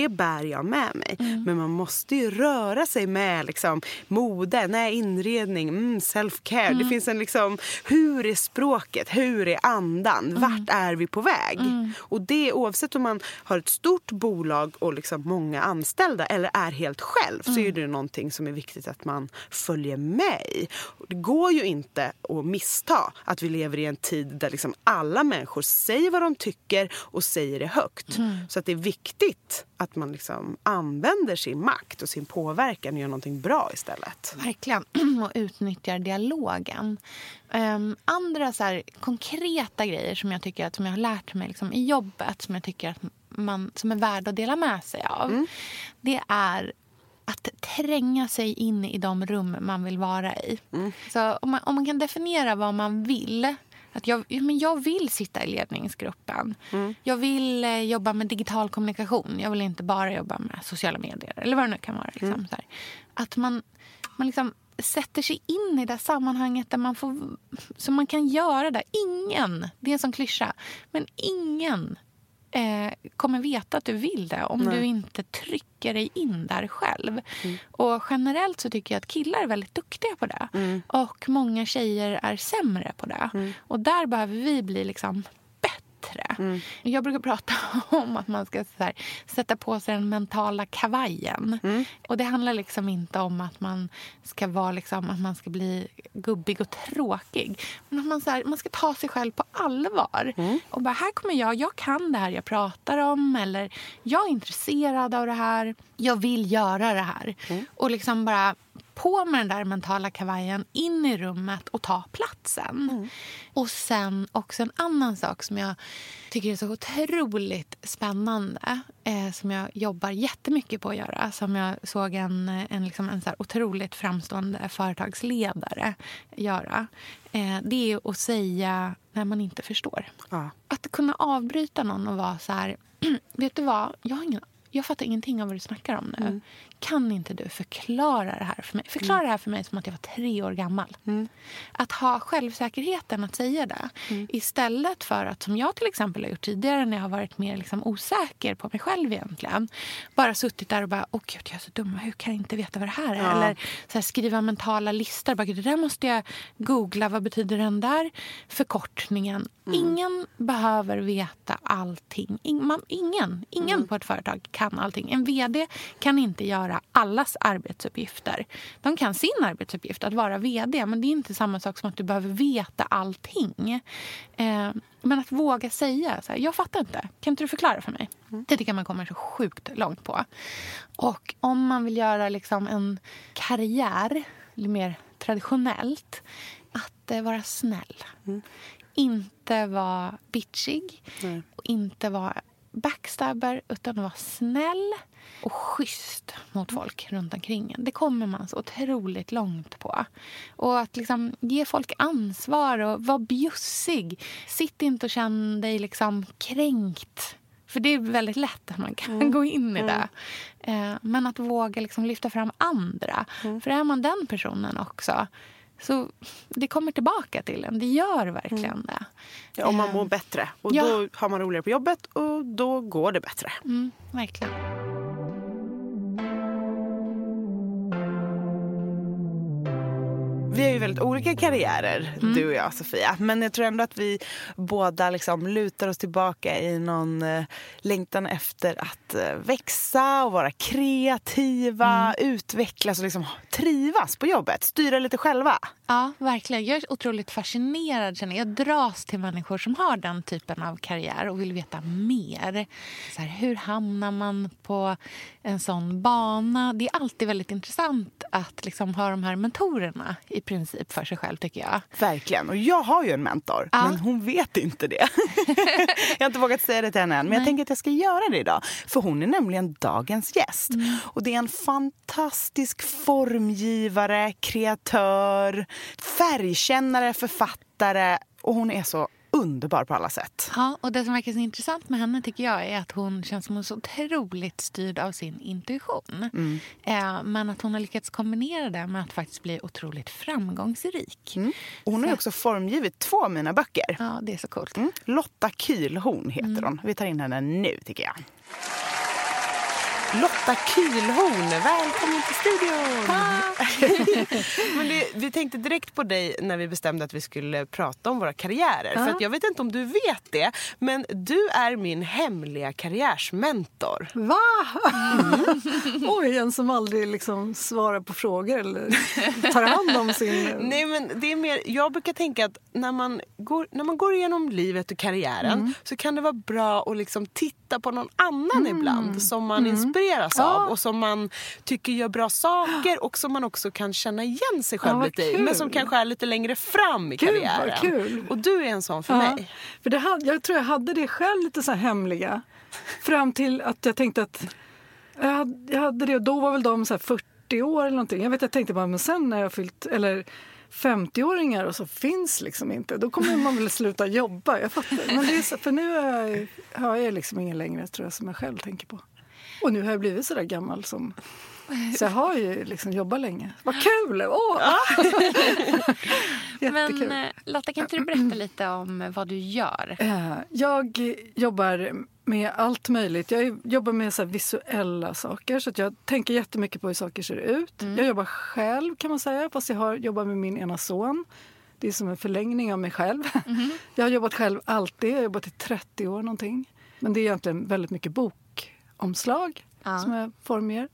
jag med mig. Mm. Men man måste ju röra sig med liksom, mode, nej, inredning, mm, self-care. Mm. Det finns en liksom, hur är språket, hur är andan, mm. vart är vi på väg? Mm. Och det oavsett om man har ett stort bolag och liksom många anställda eller är helt själv mm. så är det någonting som är viktigt att man följer med i. Det går ju inte att missta att vi lever i en tid där liksom alla människor säger vad de tycker och säger det högt. Mm. Så att det är viktigt att man liksom använder sin makt och sin påverkan och gör någonting bra istället. Verkligen. Och utnyttjar dialogen. Um, andra så här, konkreta grejer som jag tycker att som jag har lärt mig liksom, i jobbet som jag tycker att man, som är värd att dela med sig av. Mm. Det är att tränga sig in i de rum man vill vara i. Mm. Så om man, om man kan definiera vad man vill. Att jag, men jag vill sitta i ledningsgruppen. Mm. Jag vill eh, jobba med digital kommunikation. Jag vill inte bara jobba med sociala medier. Eller vad det nu kan vara. Liksom, mm. så här. Att man, man liksom sätter sig in i det sammanhanget där man får, så man kan göra det. Ingen, det är en sån klyscha. Men ingen eh, kommer veta att du vill det om Nej. Du inte trycker dig in där själv. Mm. Och generellt så tycker jag att killar är väldigt duktiga på det. Mm. Och många tjejer är sämre på det. Mm. Och där behöver vi bli liksom bättre. Mm. Jag brukar prata om att man ska så här, sätta på sig den mentala kavajen. Mm. Och det handlar liksom inte om att man ska vara liksom, att man ska bli gubbig och tråkig. Men att man, så här, man ska ta sig själv på allvar. Mm. Och bara, här kommer jag, jag kan det här jag pratar om. Eller jag är intresserad av det här. Jag vill göra det här. Mm. Och liksom bara på med den där mentala kavajen, in i rummet och ta platsen. Mm. Och sen också en annan sak som jag tycker är så otroligt spännande, eh, som jag jobbar jättemycket på att göra, som jag såg en, en, liksom en så här otroligt framstående företagsledare göra. Eh, det är att säga när man inte förstår. Ja. Att kunna avbryta någon och vara så här, vet du vad, jag har ingen Jag fattar ingenting av vad du snackar om nu. Mm. Kan inte du förklara det här för mig? Förklara mm. det här för mig som att jag var tre år gammal. Mm. Att ha självsäkerheten att säga det. Mm. Istället för att, som jag till exempel har gjort tidigare när jag har varit mer liksom osäker på mig själv egentligen. Bara suttit där och bara, åh gud, jag är så dum. Hur kan jag inte veta vad det här är? Ja. Eller så här, skriva mentala listor. Bara, det där måste jag googla. Vad betyder den där förkortningen? Mm. Ingen behöver veta allting. In, man, ingen ingen mm. på ett företag kan allting. En vd kan inte göra allas arbetsuppgifter. De kan sin arbetsuppgift att vara vd, men det är inte samma sak som att du behöver veta allting. Eh, men att våga säga så här, jag fattar inte. Kan inte du förklara för mig? Mm. Det tycker jag man kommer så sjukt långt på. Och om man vill göra liksom en karriär mer traditionellt, att eh, vara snäll. Mm. Inte vara bitchig mm. och inte vara backstabber, utan att vara snäll och schysst mot folk runt omkring en. Det kommer man så otroligt långt på. Och att liksom ge folk ansvar och vara bjussig. Sitt inte och känn dig liksom kränkt. För det är väldigt lätt att man kan mm. gå in i det. Mm. Men att våga liksom lyfta fram andra. Mm. För är man den personen också, så det kommer tillbaka till en. Det gör verkligen mm. det. Ja, och man mår bättre. Och ja. Då har man roligare på jobbet och då går det bättre. Mm, verkligen. Vi har ju väldigt olika karriärer, mm. du och jag, Sofia. Men jag tror ändå att vi båda liksom lutar oss tillbaka i någon eh, längtan efter att eh, växa och vara kreativa, mm. utvecklas och liksom trivas på jobbet. Styra lite själva. Ja, verkligen. Jag är otroligt fascinerad. Känner jag. jag dras till människor som har den typen av karriär och vill veta mer. Så här, hur hamnar man på en sån bana? Det är alltid väldigt intressant att liksom ha de här mentorerna i princip för sig själv, tycker jag. Verkligen. Och jag har ju en mentor, ja. Men hon vet inte det. Jag har inte vågat säga det till henne än, men Nej. jag tänker att jag ska göra det idag. För hon är nämligen dagens gäst. Mm. Och det är en fantastisk formgivare, kreatör, färgkännare, författare. Och hon är så underbar på alla sätt. Ja, och det som verkar så intressant med henne tycker jag är att hon känns som så otroligt styrd av sin intuition. Mm. Eh, men att hon har lyckats kombinera det med att faktiskt bli otroligt framgångsrik. Mm. Och hon så. har också formgivit två av mina böcker. Ja, det är så coolt. Mm. Lotta Kühlhorn heter mm. hon. Vi tar in henne nu, tycker jag. Lotta Kühlhorn, välkommen till studion! Men det, vi tänkte direkt på dig när vi bestämde att vi skulle prata om våra karriärer. Ja. För att jag vet inte om du vet det, men du är min hemliga karriärsmentor. Va? Mm. Oj, en som aldrig liksom svarar på frågor eller tar hand om sin... Nej, men det är mer, jag brukar tänka att när man går, när man går igenom livet och karriären mm. så kan det vara bra att liksom titta på någon annan mm. ibland som man mm. inspireras ja. av och som man tycker gör bra saker och som man också kan känna igen sig själv ja, lite i, men som kanske är lite längre fram i Gud, karriären. Vad kul. Och du är en sån för ja. mig. För det hade, jag tror jag hade det själv lite så här hemliga fram till att jag tänkte att jag hade, jag hade det och då var väl de så här fyrtio år eller någonting. Jag vet jag tänkte bara men sen när jag fyllt eller femtioåringar och så finns liksom inte. Då kommer man väl sluta jobba. Jag fattar. Men det är så, för nu är jag, har jag liksom ingen längre tror jag som jag själv tänker på. Och nu har jag blivit så där gammal som... Så jag har ju liksom jobbat länge. Vad kul! Åh! Men Lotta, kan inte du berätta lite om vad du gör? Jag jobbar med allt möjligt. Jag jobbar med så här visuella saker. Så att jag tänker jättemycket på hur saker ser ut. Mm. Jag jobbar själv kan man säga. Fast jag har jobbat med min ena son. Det är som en förlängning av mig själv. Mm. Jag har jobbat själv alltid. Jag har jobbat i trettio år någonting. Men det är egentligen väldigt mycket bokomslag ja. som jag formger.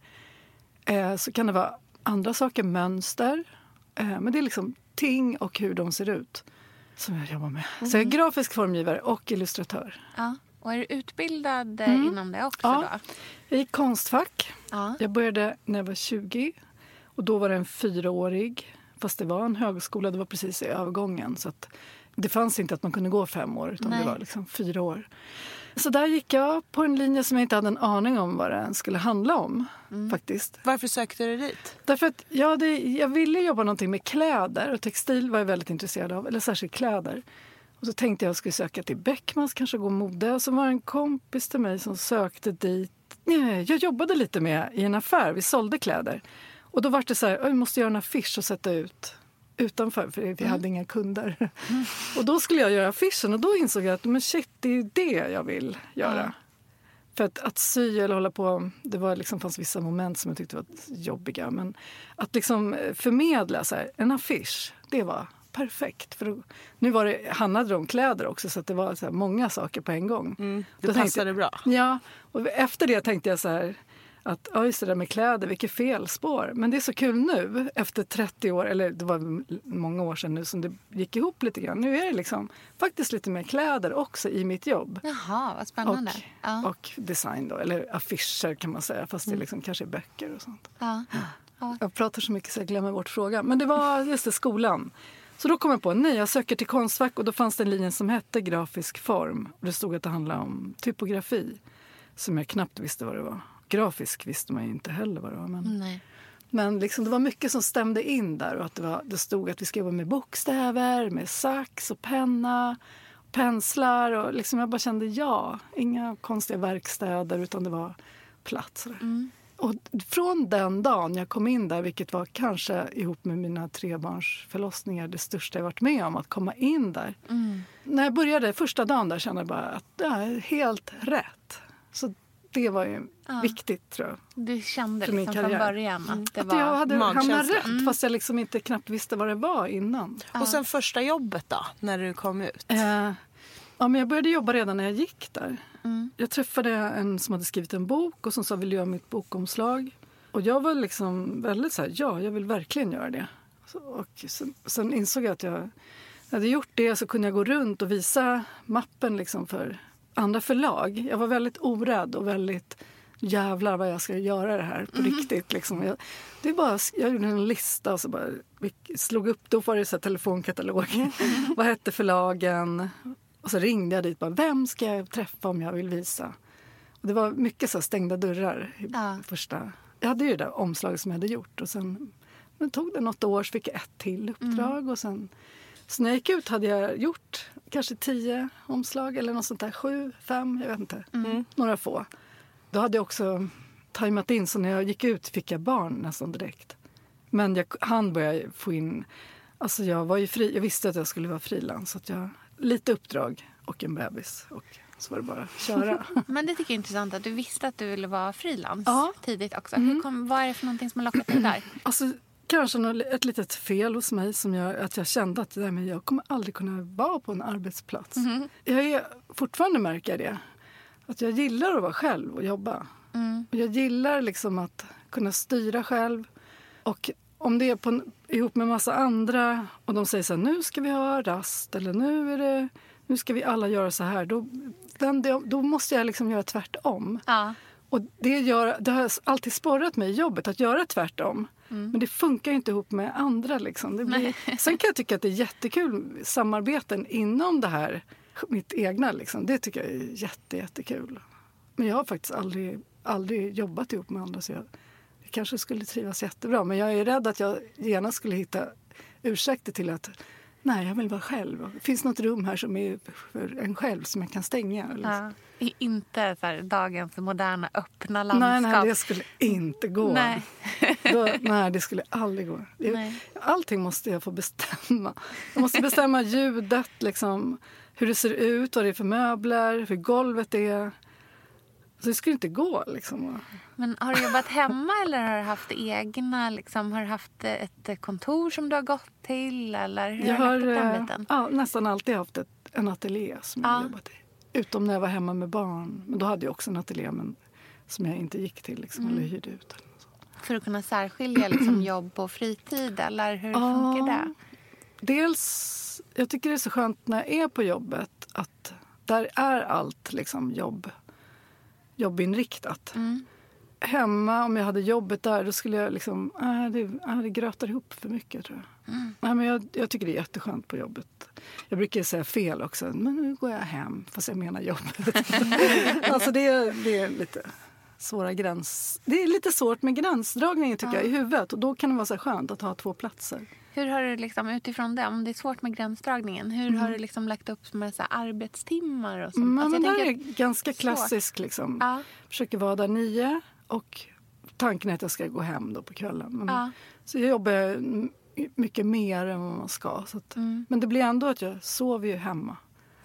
Eh, så kan det vara andra saker, mönster. Eh, men det är liksom ting och hur de ser ut som jag jobbar med. Mm. Så jag är grafisk formgivare och illustratör. Ja. Och är du utbildad mm. inom det också ja. då? Jag gick konstfack. Ja. Jag började när jag var tjugo. Och då var det en fyraårig. Fast det var en högskola, det var precis i övergången. Så att det fanns inte att man kunde gå fem år utan Nej. det var liksom fyra år. Så där gick jag på en linje som jag inte hade en aning om vad den skulle handla om. Mm. Faktiskt. Varför sökte du dit? Därför att ja, det, jag ville jobba någonting med kläder. Och textil var jag väldigt intresserad av. Eller särskilt kläder. Och så tänkte jag att jag skulle söka till Beckmans, kanske gå mode. Och så var det en kompis till mig som sökte dit. Nej, jag jobbade lite med i en affär. Vi sålde kläder. Och då var det så här, vi måste göra en affisch och sätta ut utanför, för vi mm. hade inga kunder. Mm. Och då skulle jag göra affischen och då insåg jag att men shit, det är det jag vill göra. Mm. För att, att sy eller hålla på, det var liksom, fanns vissa moment som jag tyckte var jobbiga. Men att liksom förmedla så här, en affisch, det var perfekt. För då, nu var det, handlade det om kläder också så att det var så här, många saker på en gång. Mm. Det då passade tänkte, bra. Ja, och efter det tänkte jag så här... Att, ja just det där med kläder, vilket felspår. Men det är så kul nu, efter trettio år, eller det var många år sedan nu som det gick ihop lite grann. Nu är det liksom faktiskt lite mer kläder också i mitt jobb. Jaha, vad spännande. Och, ja. och design då, eller affischer kan man säga, fast det liksom kanske är böcker och sånt. Ja. Ja. Jag pratar så mycket så jag glömmer bort frågan. Men det var just det, skolan. Så då kom jag på, nej jag söker till konstfack och då fanns det en linje som hette grafisk form. Och det stod att det handlade om typografi, som jag knappt visste vad det var. Grafisk visste man ju inte heller vad det var. Men, Nej. men liksom, det var mycket som stämde in där. Och att det, var, det stod att vi ska jobba med bokstäver, med sax och penna, och penslar. Och liksom jag bara kände ja, inga konstiga verkstäder utan det var plats. Mm. Och från den dagen jag kom in där, vilket var kanske ihop med mina trebarns förlossningar det största jag varit med om, att komma in där. Mm. När jag började första dagen där kände jag bara att det är helt rätt. Så det var ju ja. viktigt tror jag. Du kände liksom från början att det att var jag hade hamnat rätt mm. fast jag liksom inte knappt visste vad det var innan. Ja. Och sen första jobbet då, när du kom ut? Eh, ja, men jag började jobba redan när jag gick där. Mm. Jag träffade en som hade skrivit en bok och som sa vill du göra mitt bokomslag. Och jag var liksom väldigt så här, ja jag vill verkligen göra det. Så, och sen, sen insåg jag att jag hade gjort det så kunde jag gå runt och visa mappen liksom för andra förlag. Jag var väldigt orädd och väldigt jävlar vad jag ska göra det här på mm. riktigt. Liksom. Jag, det är bara, jag gjorde en lista och så bara slog upp, då var det så här telefonkatalog. Mm. Vad hette förlagen? Och så ringde jag dit bara, vem ska jag träffa om jag vill visa? Och det var mycket så här stängda dörrar i ja. första. Jag hade ju det där omslaget som jag hade gjort och sen men tog det något år så fick jag ett till uppdrag mm. och sen så när jag gick ut hade jag gjort kanske tio omslag eller något sånt där, sju, fem, jag vet inte, mm. några få. Då hade jag också tajmat in så när jag gick ut fick jag barn nästan direkt. Men jag hann börja få in, alltså jag var ju fri, jag visste att jag skulle vara frilans så att jag lite uppdrag och en bebis och så var det bara att köra. Men det tycker jag är intressant att du visste att du ville vara frilans ja. tidigt också. Mm. Hur kom, vad är det för någonting som har lockat dig där? Alltså, kanske ett litet fel hos mig som gör att jag kände att nej, men jag kommer aldrig kunna vara på en arbetsplats. Mm. Jag är fortfarande märker det. Att jag gillar att vara själv och jobba. Mm. Jag gillar liksom att kunna styra själv. Och om det är på, ihop med massa andra och de säger så här, nu ska vi ha rast eller nu är det, nu ska vi alla göra så här. Då, den, då måste jag liksom göra tvärtom. Ja. Och det, gör, det har alltid sporrat mig i jobbet att göra tvärtom. Mm. Men det funkar inte ihop med andra. Liksom. Det blir, sen kan jag tycka att det är jättekul samarbeten inom det här, mitt egna. Liksom. Det tycker jag är jätte, jättekul. Men jag har faktiskt aldrig, aldrig jobbat ihop med andra så jag, jag kanske skulle trivas jättebra. Men jag är rädd att jag gärna skulle hitta ursäkter till att nej, jag vill vara själv. Finns något rum här som är för en själv som jag kan stänga? Eller? Ja. Inte så här, dagens moderna öppna landskap. Nej, nej, det skulle inte gå. Nej, Då, nej det skulle aldrig gå. Nej. Allting måste jag få bestämma. Jag måste bestämma ljudet, liksom, hur det ser ut, vad det är för möbler, hur golvet är. Så det skulle inte gå. Liksom. Men har du jobbat hemma eller har du haft egna? Liksom, har du haft ett kontor som du har gått till? Eller hur jag har, du har den biten? Ja, nästan alltid haft ett, en ateljé som jag ja. har jobbat i. Utom när jag var hemma med barn. Men då hade jag också en ateljé men, som jag inte gick till liksom, mm. eller hyrde ut. Eller så. För att kunna särskilja liksom, jobb och fritid? Eller hur ja, funkar det? Dels, jag tycker det är så skönt när jag är på jobbet att där är allt liksom, jobb, jobbinriktat. Mm. Hemma, om jag hade jobbet där, då skulle jag liksom, äh, det, äh, det grötar ihop för mycket tror jag. Mm. Nej, men jag, jag tycker det är jätteskönt på jobbet. Jag brukar säga fel också, men nu går jag hem, fast jag menar jobbet. Alltså det är, det är lite svåra gräns... Det är lite svårt med gränsdragningen tycker ja. jag i huvudet. Och då kan det vara så skönt att ha två platser. Hur har du liksom, utifrån det, om det är svårt med gränsdragningen, hur mm. har du liksom lagt upp med så här arbetstimmar och sånt? Men, alltså, men det är ganska klassiskt liksom. Ja. Försöker vara där nio och tanken är att jag ska gå hem då på kvällen. Men, ja. Så jag jobbar mycket mer än vad man ska. Så att, mm. Men det blir ändå att jag sover ju hemma.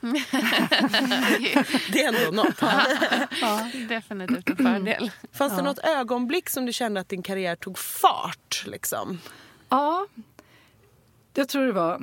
Det är ändå något. Ja, definitivt en fördel. Fanns det ja. något ögonblick som du kände att din karriär tog fart? Liksom? Ja, jag tror det var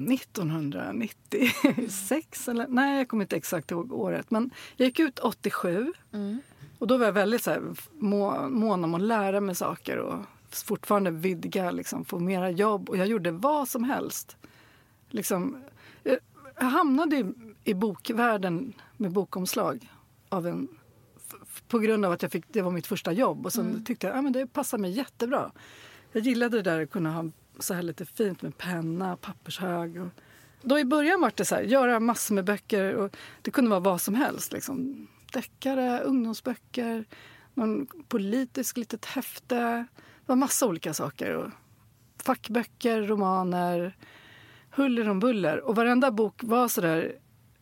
nittonhundranittiosex. Eller, nej, jag kommer inte exakt ihåg året. Men jag gick ut åttiosju. Mm. Och då var jag väldigt så här, må, mån om att lära mig saker. Och fortfarande vidga, liksom, få mera jobb. Och jag gjorde vad som helst. Liksom, jag, jag hamnade i, i bokvärlden med bokomslag. Av en, f- på grund av att jag fick, det var mitt första jobb. Och så mm. tyckte jag att ja, det passade mig jättebra. Jag gillade det där att kunna ha så här lite fint med penna, pappershög. Och då i början var det så här, göra massor med böcker. Och det kunde vara vad som helst. Liksom. Deckare, ungdomsböcker, någon politisk litet häfte. Det var massa olika saker. Och fackböcker, romaner, huller om buller. Och varenda bok var så där...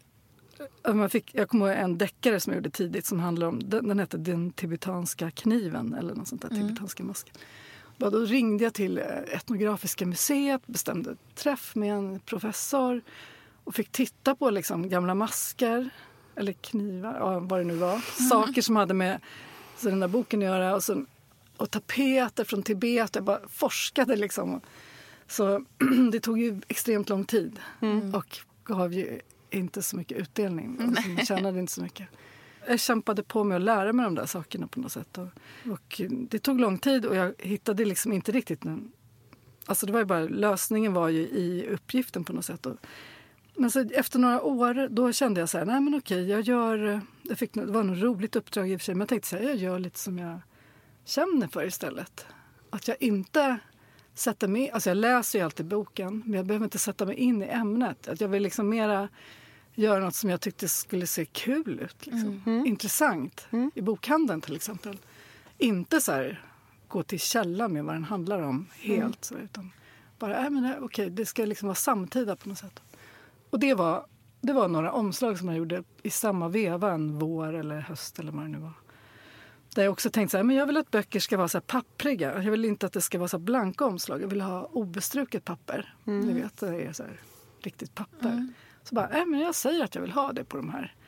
Man fick, jag kommer ihåg en deckare som jag gjorde tidigt som handlar om... Den, den hette Den tibetanska kniven eller något sånt där, mm. tibetanska masken. Då ringde jag till Etnografiska museet, bestämde träff med en professor och fick titta på liksom gamla masker eller knivar, ja, vad det nu var. Mm. Saker som hade med så den där boken att göra och, så, och tapeter från Tibet. Jag bara forskade liksom. Så det tog ju extremt lång tid mm. och gav ju inte så mycket utdelning. Alltså, jag tjänade inte så mycket. Jag kämpade på med att lära mig de där sakerna på något sätt. Och, och det tog lång tid och jag hittade liksom inte riktigt någon... Alltså det var ju bara... Lösningen var ju i uppgiften på något sätt. Och, men så efter några år då kände jag så här, nej men okej, jag gör... Jag fick, det var något roligt uppdrag i och för sig, men jag tänkte så här, jag gör lite som jag känner för istället. Att jag inte sätter mig... Alltså jag läser ju alltid boken, men jag behöver inte sätta mig in i ämnet. Att jag vill liksom mera... göra något som jag tyckte skulle se kul ut. Liksom. Mm. Intressant. Mm. I bokhandeln till exempel. Inte så här gå till källan med vad den handlar om helt. Mm. Så, utan bara, äh, men okej, okay, det ska liksom vara samtida på något sätt. Och det var, det var några omslag som jag gjorde i samma veva, en vår eller höst eller vad det nu var. Där jag också tänkte så här, men jag vill att böcker ska vara så här pappriga. Jag vill inte att det ska vara så blanka omslag. Jag vill ha obestruket papper. Mm. Ni vet, det är så här riktigt papper. Mm. Så bara, äh, men jag säger att jag vill ha det på de här.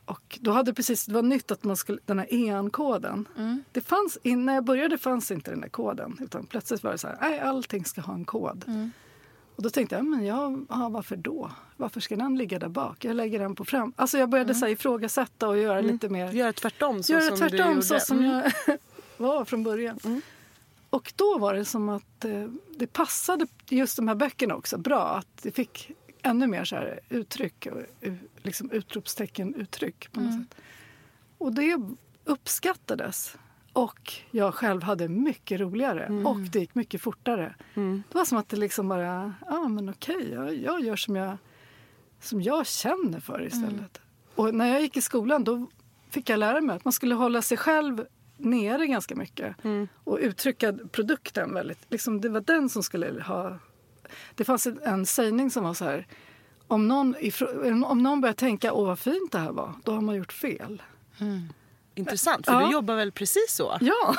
Och då hade precis, det var nytt att man skulle, den här E A N-koden. Mm. Det fanns, när jag började fanns inte den där koden. Utan plötsligt var det så här, nej, allting ska ha en kod. Mm. Och då tänkte jag, men jag, ja, varför då? Varför ska den ligga där bak? Jag lägger den på fram. Alltså jag började mm. så här, ifrågasätta och göra mm. lite mer... Göra tvärtom så göra som tvärtom, du gjorde. Så som mm. jag var från början. Mm. Och då var det som att eh, det passade just de här böckerna också bra. Att det fick ännu mer så här uttryck och liksom utropstecken uttryck på något mm. sätt. Och det uppskattades. Och jag själv hade mycket roligare. Mm. Och det gick mycket fortare. Mm. Det var som att det liksom bara, ja ah, men okej, jag, jag gör som jag, som jag känner för istället. Mm. Och när jag gick i skolan då fick jag lära mig att man skulle hålla sig själv nere ganska mycket. Mm. Och uttrycka produkten väldigt. Liksom det var den som skulle ha... Det fanns en sägning som var så här. Om någon, om någon börjar tänka, åh vad fint det här var, då har man gjort fel. Mm. Intressant, för ja. Du jobbar väl precis så? Ja.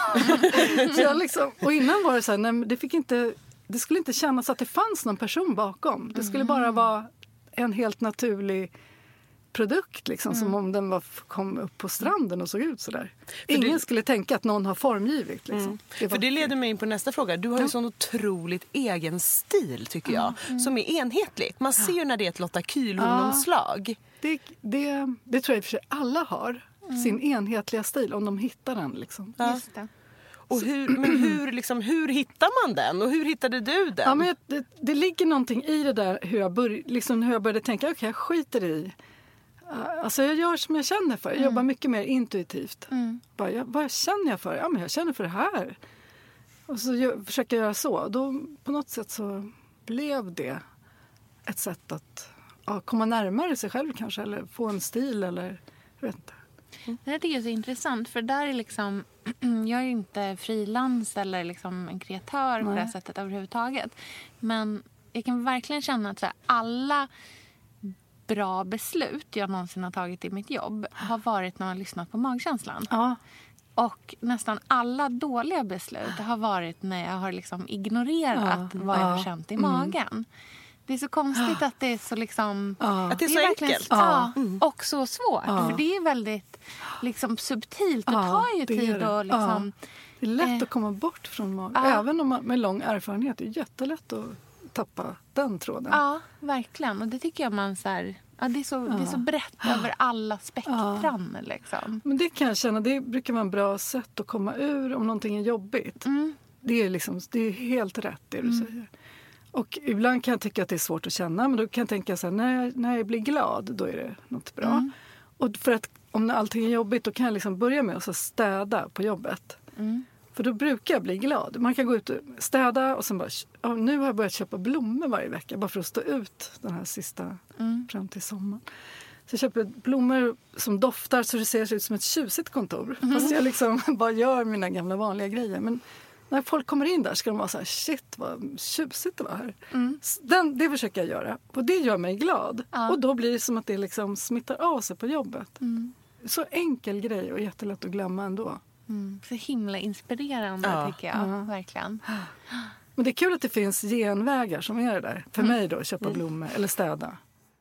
Så jag liksom, och innan var det så här, nej, det, fick inte, det skulle inte kännas att det fanns någon person bakom. Det skulle mm. bara vara en helt naturlig produkt, liksom, mm. som om den var, kom upp på stranden och såg ut så där. Ingen det, skulle tänka att någon har formgivit. Liksom. Mm. Det för det leder mig in på nästa fråga. Du har ju ja. sån otroligt egen stil, tycker jag, mm. som är enhetlig. Man ser ju när det är ett Lotta Kühlhorn-omslag. Ja. Det, det, det tror jag i och för sig alla har. Mm. Sin enhetliga stil, om de hittar den. Liksom. Ja. Just det. Och hur, men hur, liksom, hur hittar man den? Och hur hittade du den? Ja, men det, det ligger någonting i det där hur jag, bör, liksom, hur jag började tänka, okej, okay, jag skiter i. Alltså jag gör som jag känner för. Jag mm. jobbar mycket mer intuitivt. Mm. Bara, jag, vad känner jag för? Ja, men jag känner för det här. Och så jag, försöker jag göra så. Då på något sätt så blev det ett sätt att ja, komma närmare sig själv kanske. Eller få en stil eller jag vet inte. Mm. Det här tycker jag är så intressant. För där är liksom, jag är ju inte frilans eller liksom en kreatör på det här sättet överhuvudtaget. Men jag kan verkligen känna att så här, alla bra beslut jag någonsin har tagit i mitt jobb har varit när man lyssnat på magkänslan. Ja. Och nästan alla dåliga beslut har varit när jag har liksom ignorerat ja. vad jag har känt i mm. magen. Det är så konstigt att det är så liksom... Ja. Att det är så det är enkelt. Ja, mm. och så svårt. Ja. För det är väldigt liksom, subtilt. Det ja, tar ju tid att liksom... Ja. Det är lätt eh, att komma bort från magen. Ja. Även om man med lång erfarenhet. Det är jättelätt att tappa den tråden. Ja, verkligen. Och det tycker jag man så här... Ja, det är så, ja. det är så brett över alla spektran. Ja. Liksom. Men det kan jag känna, det brukar vara en bra sätt att komma ur om någonting är jobbigt. Mm. Det är liksom, det är helt rätt det du mm. säger. Och ibland kan jag tycka att det är svårt att känna, men då kan jag tänka så här, när jag, när jag blir glad, då är det något bra. Mm. Och för att om allting är jobbigt, då kan jag liksom börja med att städa på jobbet. Mm. För då brukar jag bli glad. Man kan gå ut och städa och sen bara, ja, nu har jag börjat köpa blommor varje vecka. Bara för att stå ut den här sista mm. fram till sommaren. Så jag köper blommor som doftar så det ser ut som ett tjusigt kontor. Mm. Fast jag liksom bara gör mina gamla vanliga grejer. Men när folk kommer in där ska de vara så här, shit vad tjusigt det var här. Mm. Den, det försöker jag göra. Och det gör mig glad. Ja. Och då blir det som att det liksom smittar av sig på jobbet. Mm. Så enkel grej och jättelätt att glömma ändå. Mm. Så himla inspirerande ja. tycker jag, ja. verkligen. Men det är kul att det finns genvägar som är det där. För mm. mig då, köpa mm. blommor eller städa.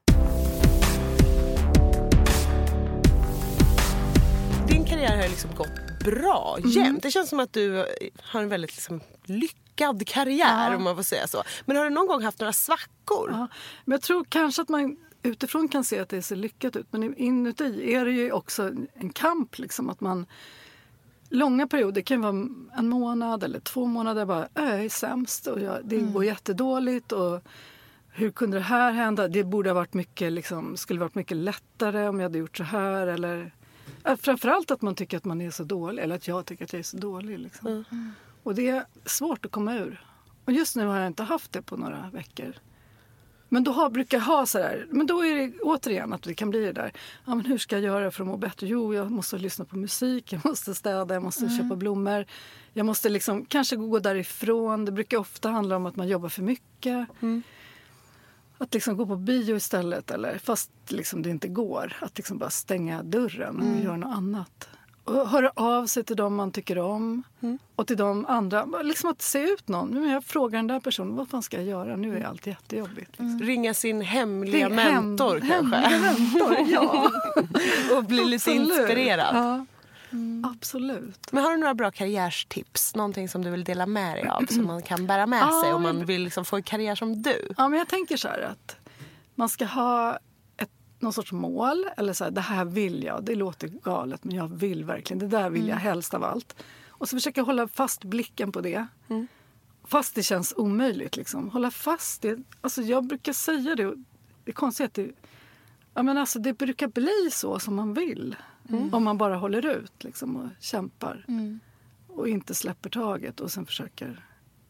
Din karriär har liksom gått bra, mm. jämt. Det känns som att du har en väldigt liksom, lyckad karriär ja. om man får säga så. Men har du någon gång haft några svackor? Ja. Men jag tror kanske att man utifrån kan se att det ser lyckat ut. Men inuti är det ju också en kamp liksom att man långa perioder kan vara en månad eller två månader bara jag är sämst och jag, det mm. går jättedåligt och hur kunde det här hända? Det borde ha varit mycket liksom, skulle varit mycket lättare om jag hade gjort så här eller framförallt att man tycker att man är så dålig eller att jag tycker att jag är så dålig liksom. Mm. Och det är svårt att komma ur. Och just nu har jag inte haft det på några veckor. Men då har, brukar jag ha så där, men då är det återigen att det kan bli det där. Ja, men hur ska jag göra för att må bättre? Jo, jag måste lyssna på musik, jag måste städa, jag måste mm. köpa blommor. Jag måste liksom kanske gå därifrån. Det brukar ofta handla om att man jobbar för mycket. Mm. Att liksom gå på bio istället, eller fast liksom det inte går. Att liksom bara stänga dörren och mm. göra något annat. Och höra av sig till dem man tycker om. Mm. Och till de andra. Liksom att se ut någon. Nu jag frågar den där personen, vad fan ska jag göra? Nu är allt jättejobbigt. Liksom. Mm. Ringa sin hemliga Ring, mentor hem, kanske. Hemliga mentor, ja. Och bli lite inspirerad. Ja. Mm. Absolut. Men har du några bra karriärstips? Någonting som du vill dela med dig av som man kan bära med sig om man vill liksom få en karriär som du? Ja, men jag tänker så här att man ska ha ett, någon sorts mål. Eller så här, det här vill jag. Det låter galet men jag vill verkligen. Det där vill jag mm. helst av allt. Och så försöka hålla fast blicken på det. Mm. Fast det känns omöjligt liksom. Hålla fast det. Alltså jag brukar säga det. Det är konstigt att det, ja, men alltså, det brukar bli så som man vill. Mm. Om man bara håller ut liksom, och kämpar. Mm. Och inte släpper taget och sen försöker.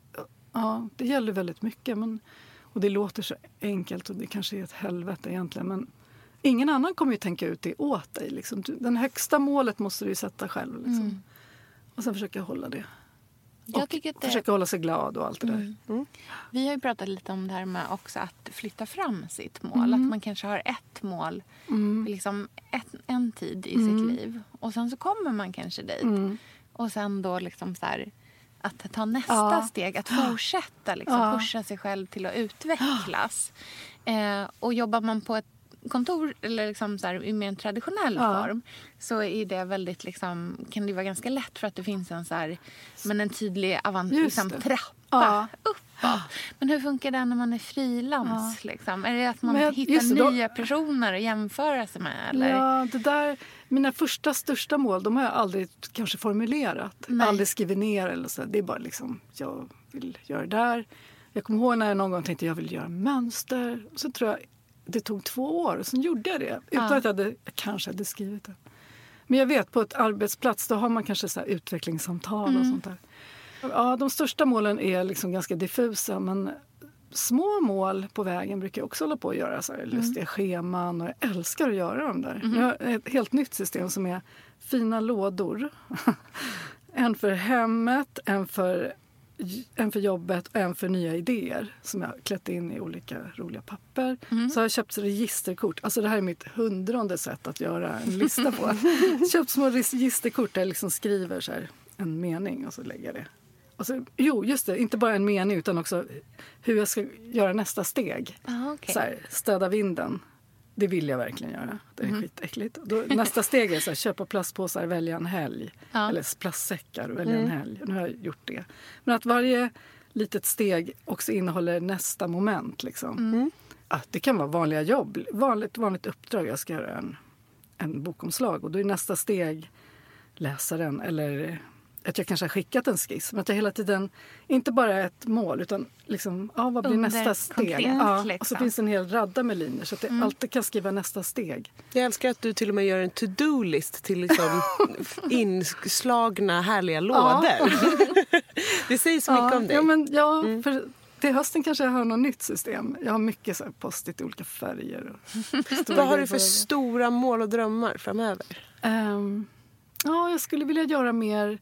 Ja, det gäller väldigt mycket. Men, och det låter så enkelt och det kanske är ett helvete egentligen. Men ingen annan kommer ju tänka ut det åt dig. Liksom. Den högsta målet måste du ju sätta själv. Liksom. Mm. Och sen försöka hålla det. Jag och tycker att det... försöka hålla sig glad och allt det mm. där. Mm. Vi har ju pratat lite om det här med också att flytta fram sitt mål. Mm. Att man kanske har ett mål mm. liksom ett, en tid i mm. sitt liv. Och sen så kommer man kanske dit. Mm. Och sen då liksom så här, att ta nästa ja. steg. Att fortsätta liksom, ja. pusha sig själv till att utvecklas. Eh, och jobbar man på ett kontor eller liksom så här, i mer en traditionell ja. form så är det väldigt liksom, kan det vara ganska lätt för att det finns en så här, men en tydlig avant, liksom, trappa ja. uppåt. Men hur funkar det när man är frilans? Ja. Liksom? Är det att man men, hittar det, nya då... personer att jämföra sig med? Eller? Ja, det där, mina första största mål, de har jag aldrig kanske formulerat. Nej. Aldrig skrivit ner eller så. Det är bara liksom, jag vill göra det där. Jag kommer ihåg när jag någon gång tänkte jag vill göra mönster. Så tror jag det tog två år och sen gjorde jag det. Utan ja. att jag, hade, jag kanske hade skrivit det. Men jag vet på ett arbetsplats då har man kanske så här utvecklingssamtal mm. och sånt där. Ja, de största målen är liksom ganska diffusa men små mål på vägen brukar jag också hålla på att göra så här lustiga mm. scheman och jag älskar att göra dem där. Mm. Jag har ett helt nytt system som är fina lådor. En för hemmet, en för en för jobbet och en för nya idéer som jag klätt in i olika roliga papper. Mm. Så har jag köpt registerkort. Alltså det här är mitt hundronde sätt att göra en lista på. Köpt små registerkort där jag liksom skriver så här en mening och så lägger jag det. Och så, jo, just det. Inte bara en mening utan också hur jag ska göra nästa steg. Ah, okay. Så här, stöda vinden. Det vill jag verkligen göra. Det är mm. skitäckligt. Då, nästa steg är så här, köpa plastpåsar, välja en helg. Ja. Eller plastsäckar och välja mm. en helg. Nu har jag gjort det. Men att varje litet steg också innehåller nästa moment. Liksom. Mm. Ja, det kan vara vanliga jobb. Vanligt, vanligt uppdrag. Jag ska göra en, en bokomslag. Och då är nästa steg läsaren. Eller att jag kanske har skickat en skiss. Men att jag hela tiden, inte bara ett mål utan liksom, ja, vad blir Under nästa steg? Konkret, ja, liksom. Och så finns det en hel radda med linjer så att jag mm. alltid kan skriva nästa steg. Jag älskar att du till och med gör en to-do-list till liksom inslagna härliga lådor. Ja. Det säger så mycket ja, om dig. Ja, men, ja mm. för till hösten kanske jag har något nytt system. Jag har mycket så här post-it i olika färger. Och vad har du för stora mål och drömmar framöver? Um, ja, jag skulle vilja göra mer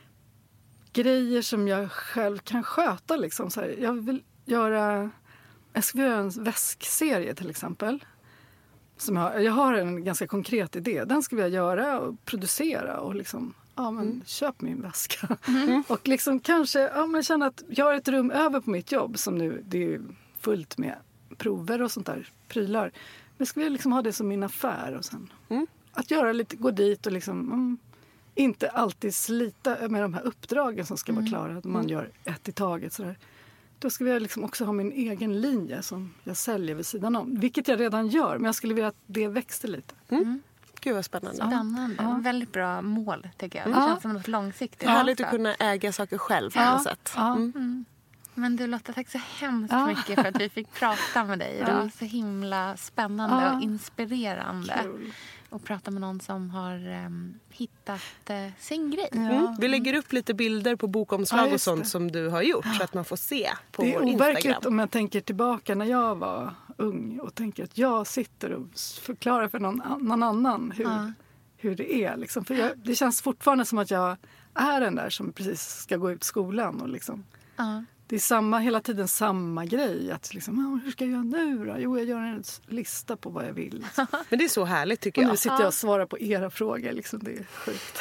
grejer som jag själv kan sköta. Liksom. Så här, jag vill göra, jag skulle göra en väskserie till exempel. Som jag, jag har en ganska konkret idé. Den skulle jag göra och producera och liksom, ja men mm. köp min väska. Mm. Och liksom kanske, ja men känna att jag har ett rum över på mitt jobb som nu, det är fullt med prover och sånt där, prylar. Men jag skulle liksom ha det som min affär och sen mm. att göra lite, gå dit och liksom mm, inte alltid slita med de här uppdragen som ska mm. vara klara. Att man mm. gör ett i taget. Sådär. Då skulle jag liksom också ha min egen linje som jag säljer vid sidan om. Vilket jag redan gör. Men jag skulle vilja att det växte lite. Mm. Mm. Gud vad spännande. Spännande. Ja. Väldigt bra mål tycker jag. Det ja. känns som något långsiktigt. Det är härligt att kunna äga saker själv på ja. något sätt. Ja. Mm. Mm. Men du Lotta, tack så hemskt ja. mycket för att vi fick prata med dig idag. Ja. Så himla spännande ja. och inspirerande. Kul. Och prata med någon som har um, hittat uh, sin grej. Ja. Mm. Vi lägger upp lite bilder på bokomslag ja, och sånt som du har gjort. Så att man får se på vår Instagram. Det är overkligt om jag tänker tillbaka när jag var ung. Och tänker att jag sitter och förklarar för någon, någon annan hur, ja. hur det är. Liksom. För jag, det känns fortfarande som att jag är den där som precis ska gå ut skolan. Och liksom, ja. det är samma, hela tiden samma grej. Att liksom, hur ska jag göra nu då? Jo, jag gör en lista på vad jag vill. Liksom. Men det är så härligt tycker och jag. nu sitter jag och svarar på era frågor. Liksom, det är sjukt.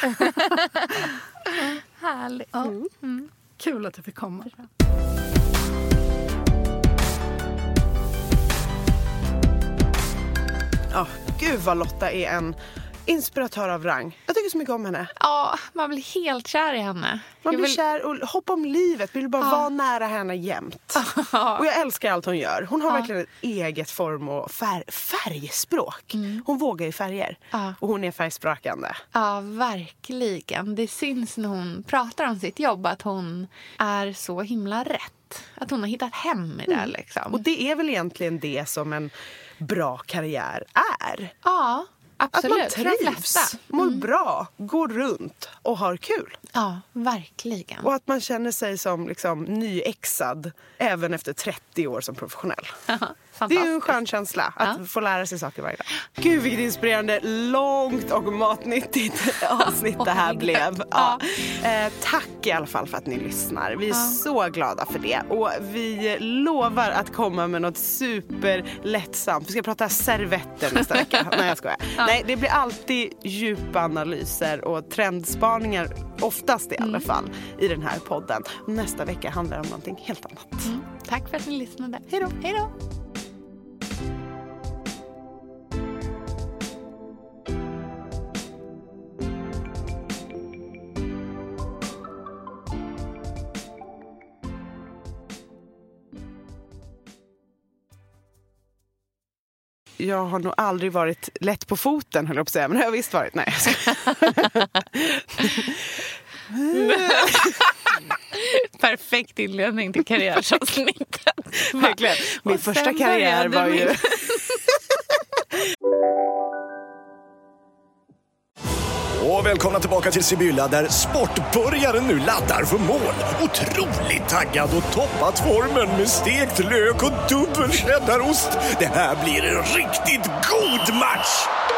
Härligt. Ja. Mm. Kul att jag fick komma. Ja, oh, gud vad Lotta är en inspiratör av rang. Jag tycker så mycket om henne. Ja, man blir helt kär i henne. Man jag blir vill... kär och hopp om livet. Vill bara ja. vara nära henne jämt. Ja. Och jag älskar allt hon gör. Hon har ja. verkligen ett eget form och fär... färgspråk. Mm. Hon vågar i färger. Ja. Och hon är färgsprakande. Ja, verkligen. Det syns när hon pratar om sitt jobb att hon är så himla rätt. Att hon har hittat hem i det mm. liksom. Och det är väl egentligen det som en bra karriär är. Ja. Absolut. Att man trivs, mår mm. bra, går runt och har kul. Ja, verkligen. Och att man känner sig som liksom nyexad även efter trettio år som professionell. Det är ju en skön känsla att ja. få lära sig saker varje dag. Gud, vilket inspirerande, långt och matnyttigt avsnitt det här blev. Ja. Eh, tack i alla fall för att ni lyssnar. Vi är ja. så glada för det. Och vi lovar att komma med något superlättsamt. Vi ska prata servetter nästa vecka. Nej, jag skojar. Ja. Nej, det blir alltid djupa analyser och trendspaningar, oftast i alla mm. fall, i den här podden. Nästa vecka handlar det om någonting helt annat. Mm. Tack för att ni lyssnade. Hej då. Hej då. Jag har nog aldrig varit lätt på foten, höll jag på att säga. Men det har jag visst varit. Nej. Perfekt inledning till karriärsavsnittet. Verkligen. Min första karriär var ju... Och välkomna tillbaka till Sibylla där sportbörjaren nu laddar för mål. Otroligt taggad och toppat formen med stekt lök och dubbel cheddarost. Det här blir en riktigt god match!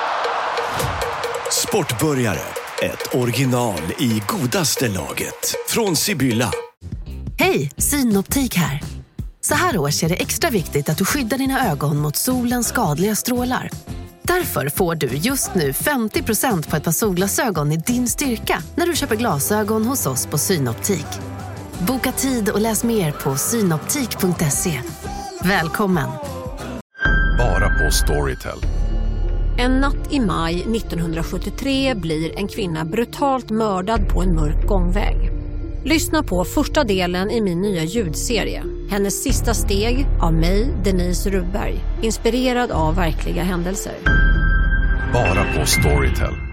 Sportbörjare, ett original i godaste laget. Från Sibylla. Hej, Synoptik här. Så här års är det extra viktigt att du skyddar dina ögon mot solens skadliga strålar. Därför får du just nu femtio procent på ett par solglasögon i din styrka när du köper glasögon hos oss på Synoptik. Boka tid och läs mer på synoptik punkt se. Välkommen! Bara på Storytel. En natt i maj nittonhundrasjuttiotre blir en kvinna brutalt mördad på en mörk gångväg. Lyssna på första delen i min nya ljudserie. Hennes sista steg av mig, Denise Rubberg. Inspirerad av verkliga händelser. Bara på Storytel.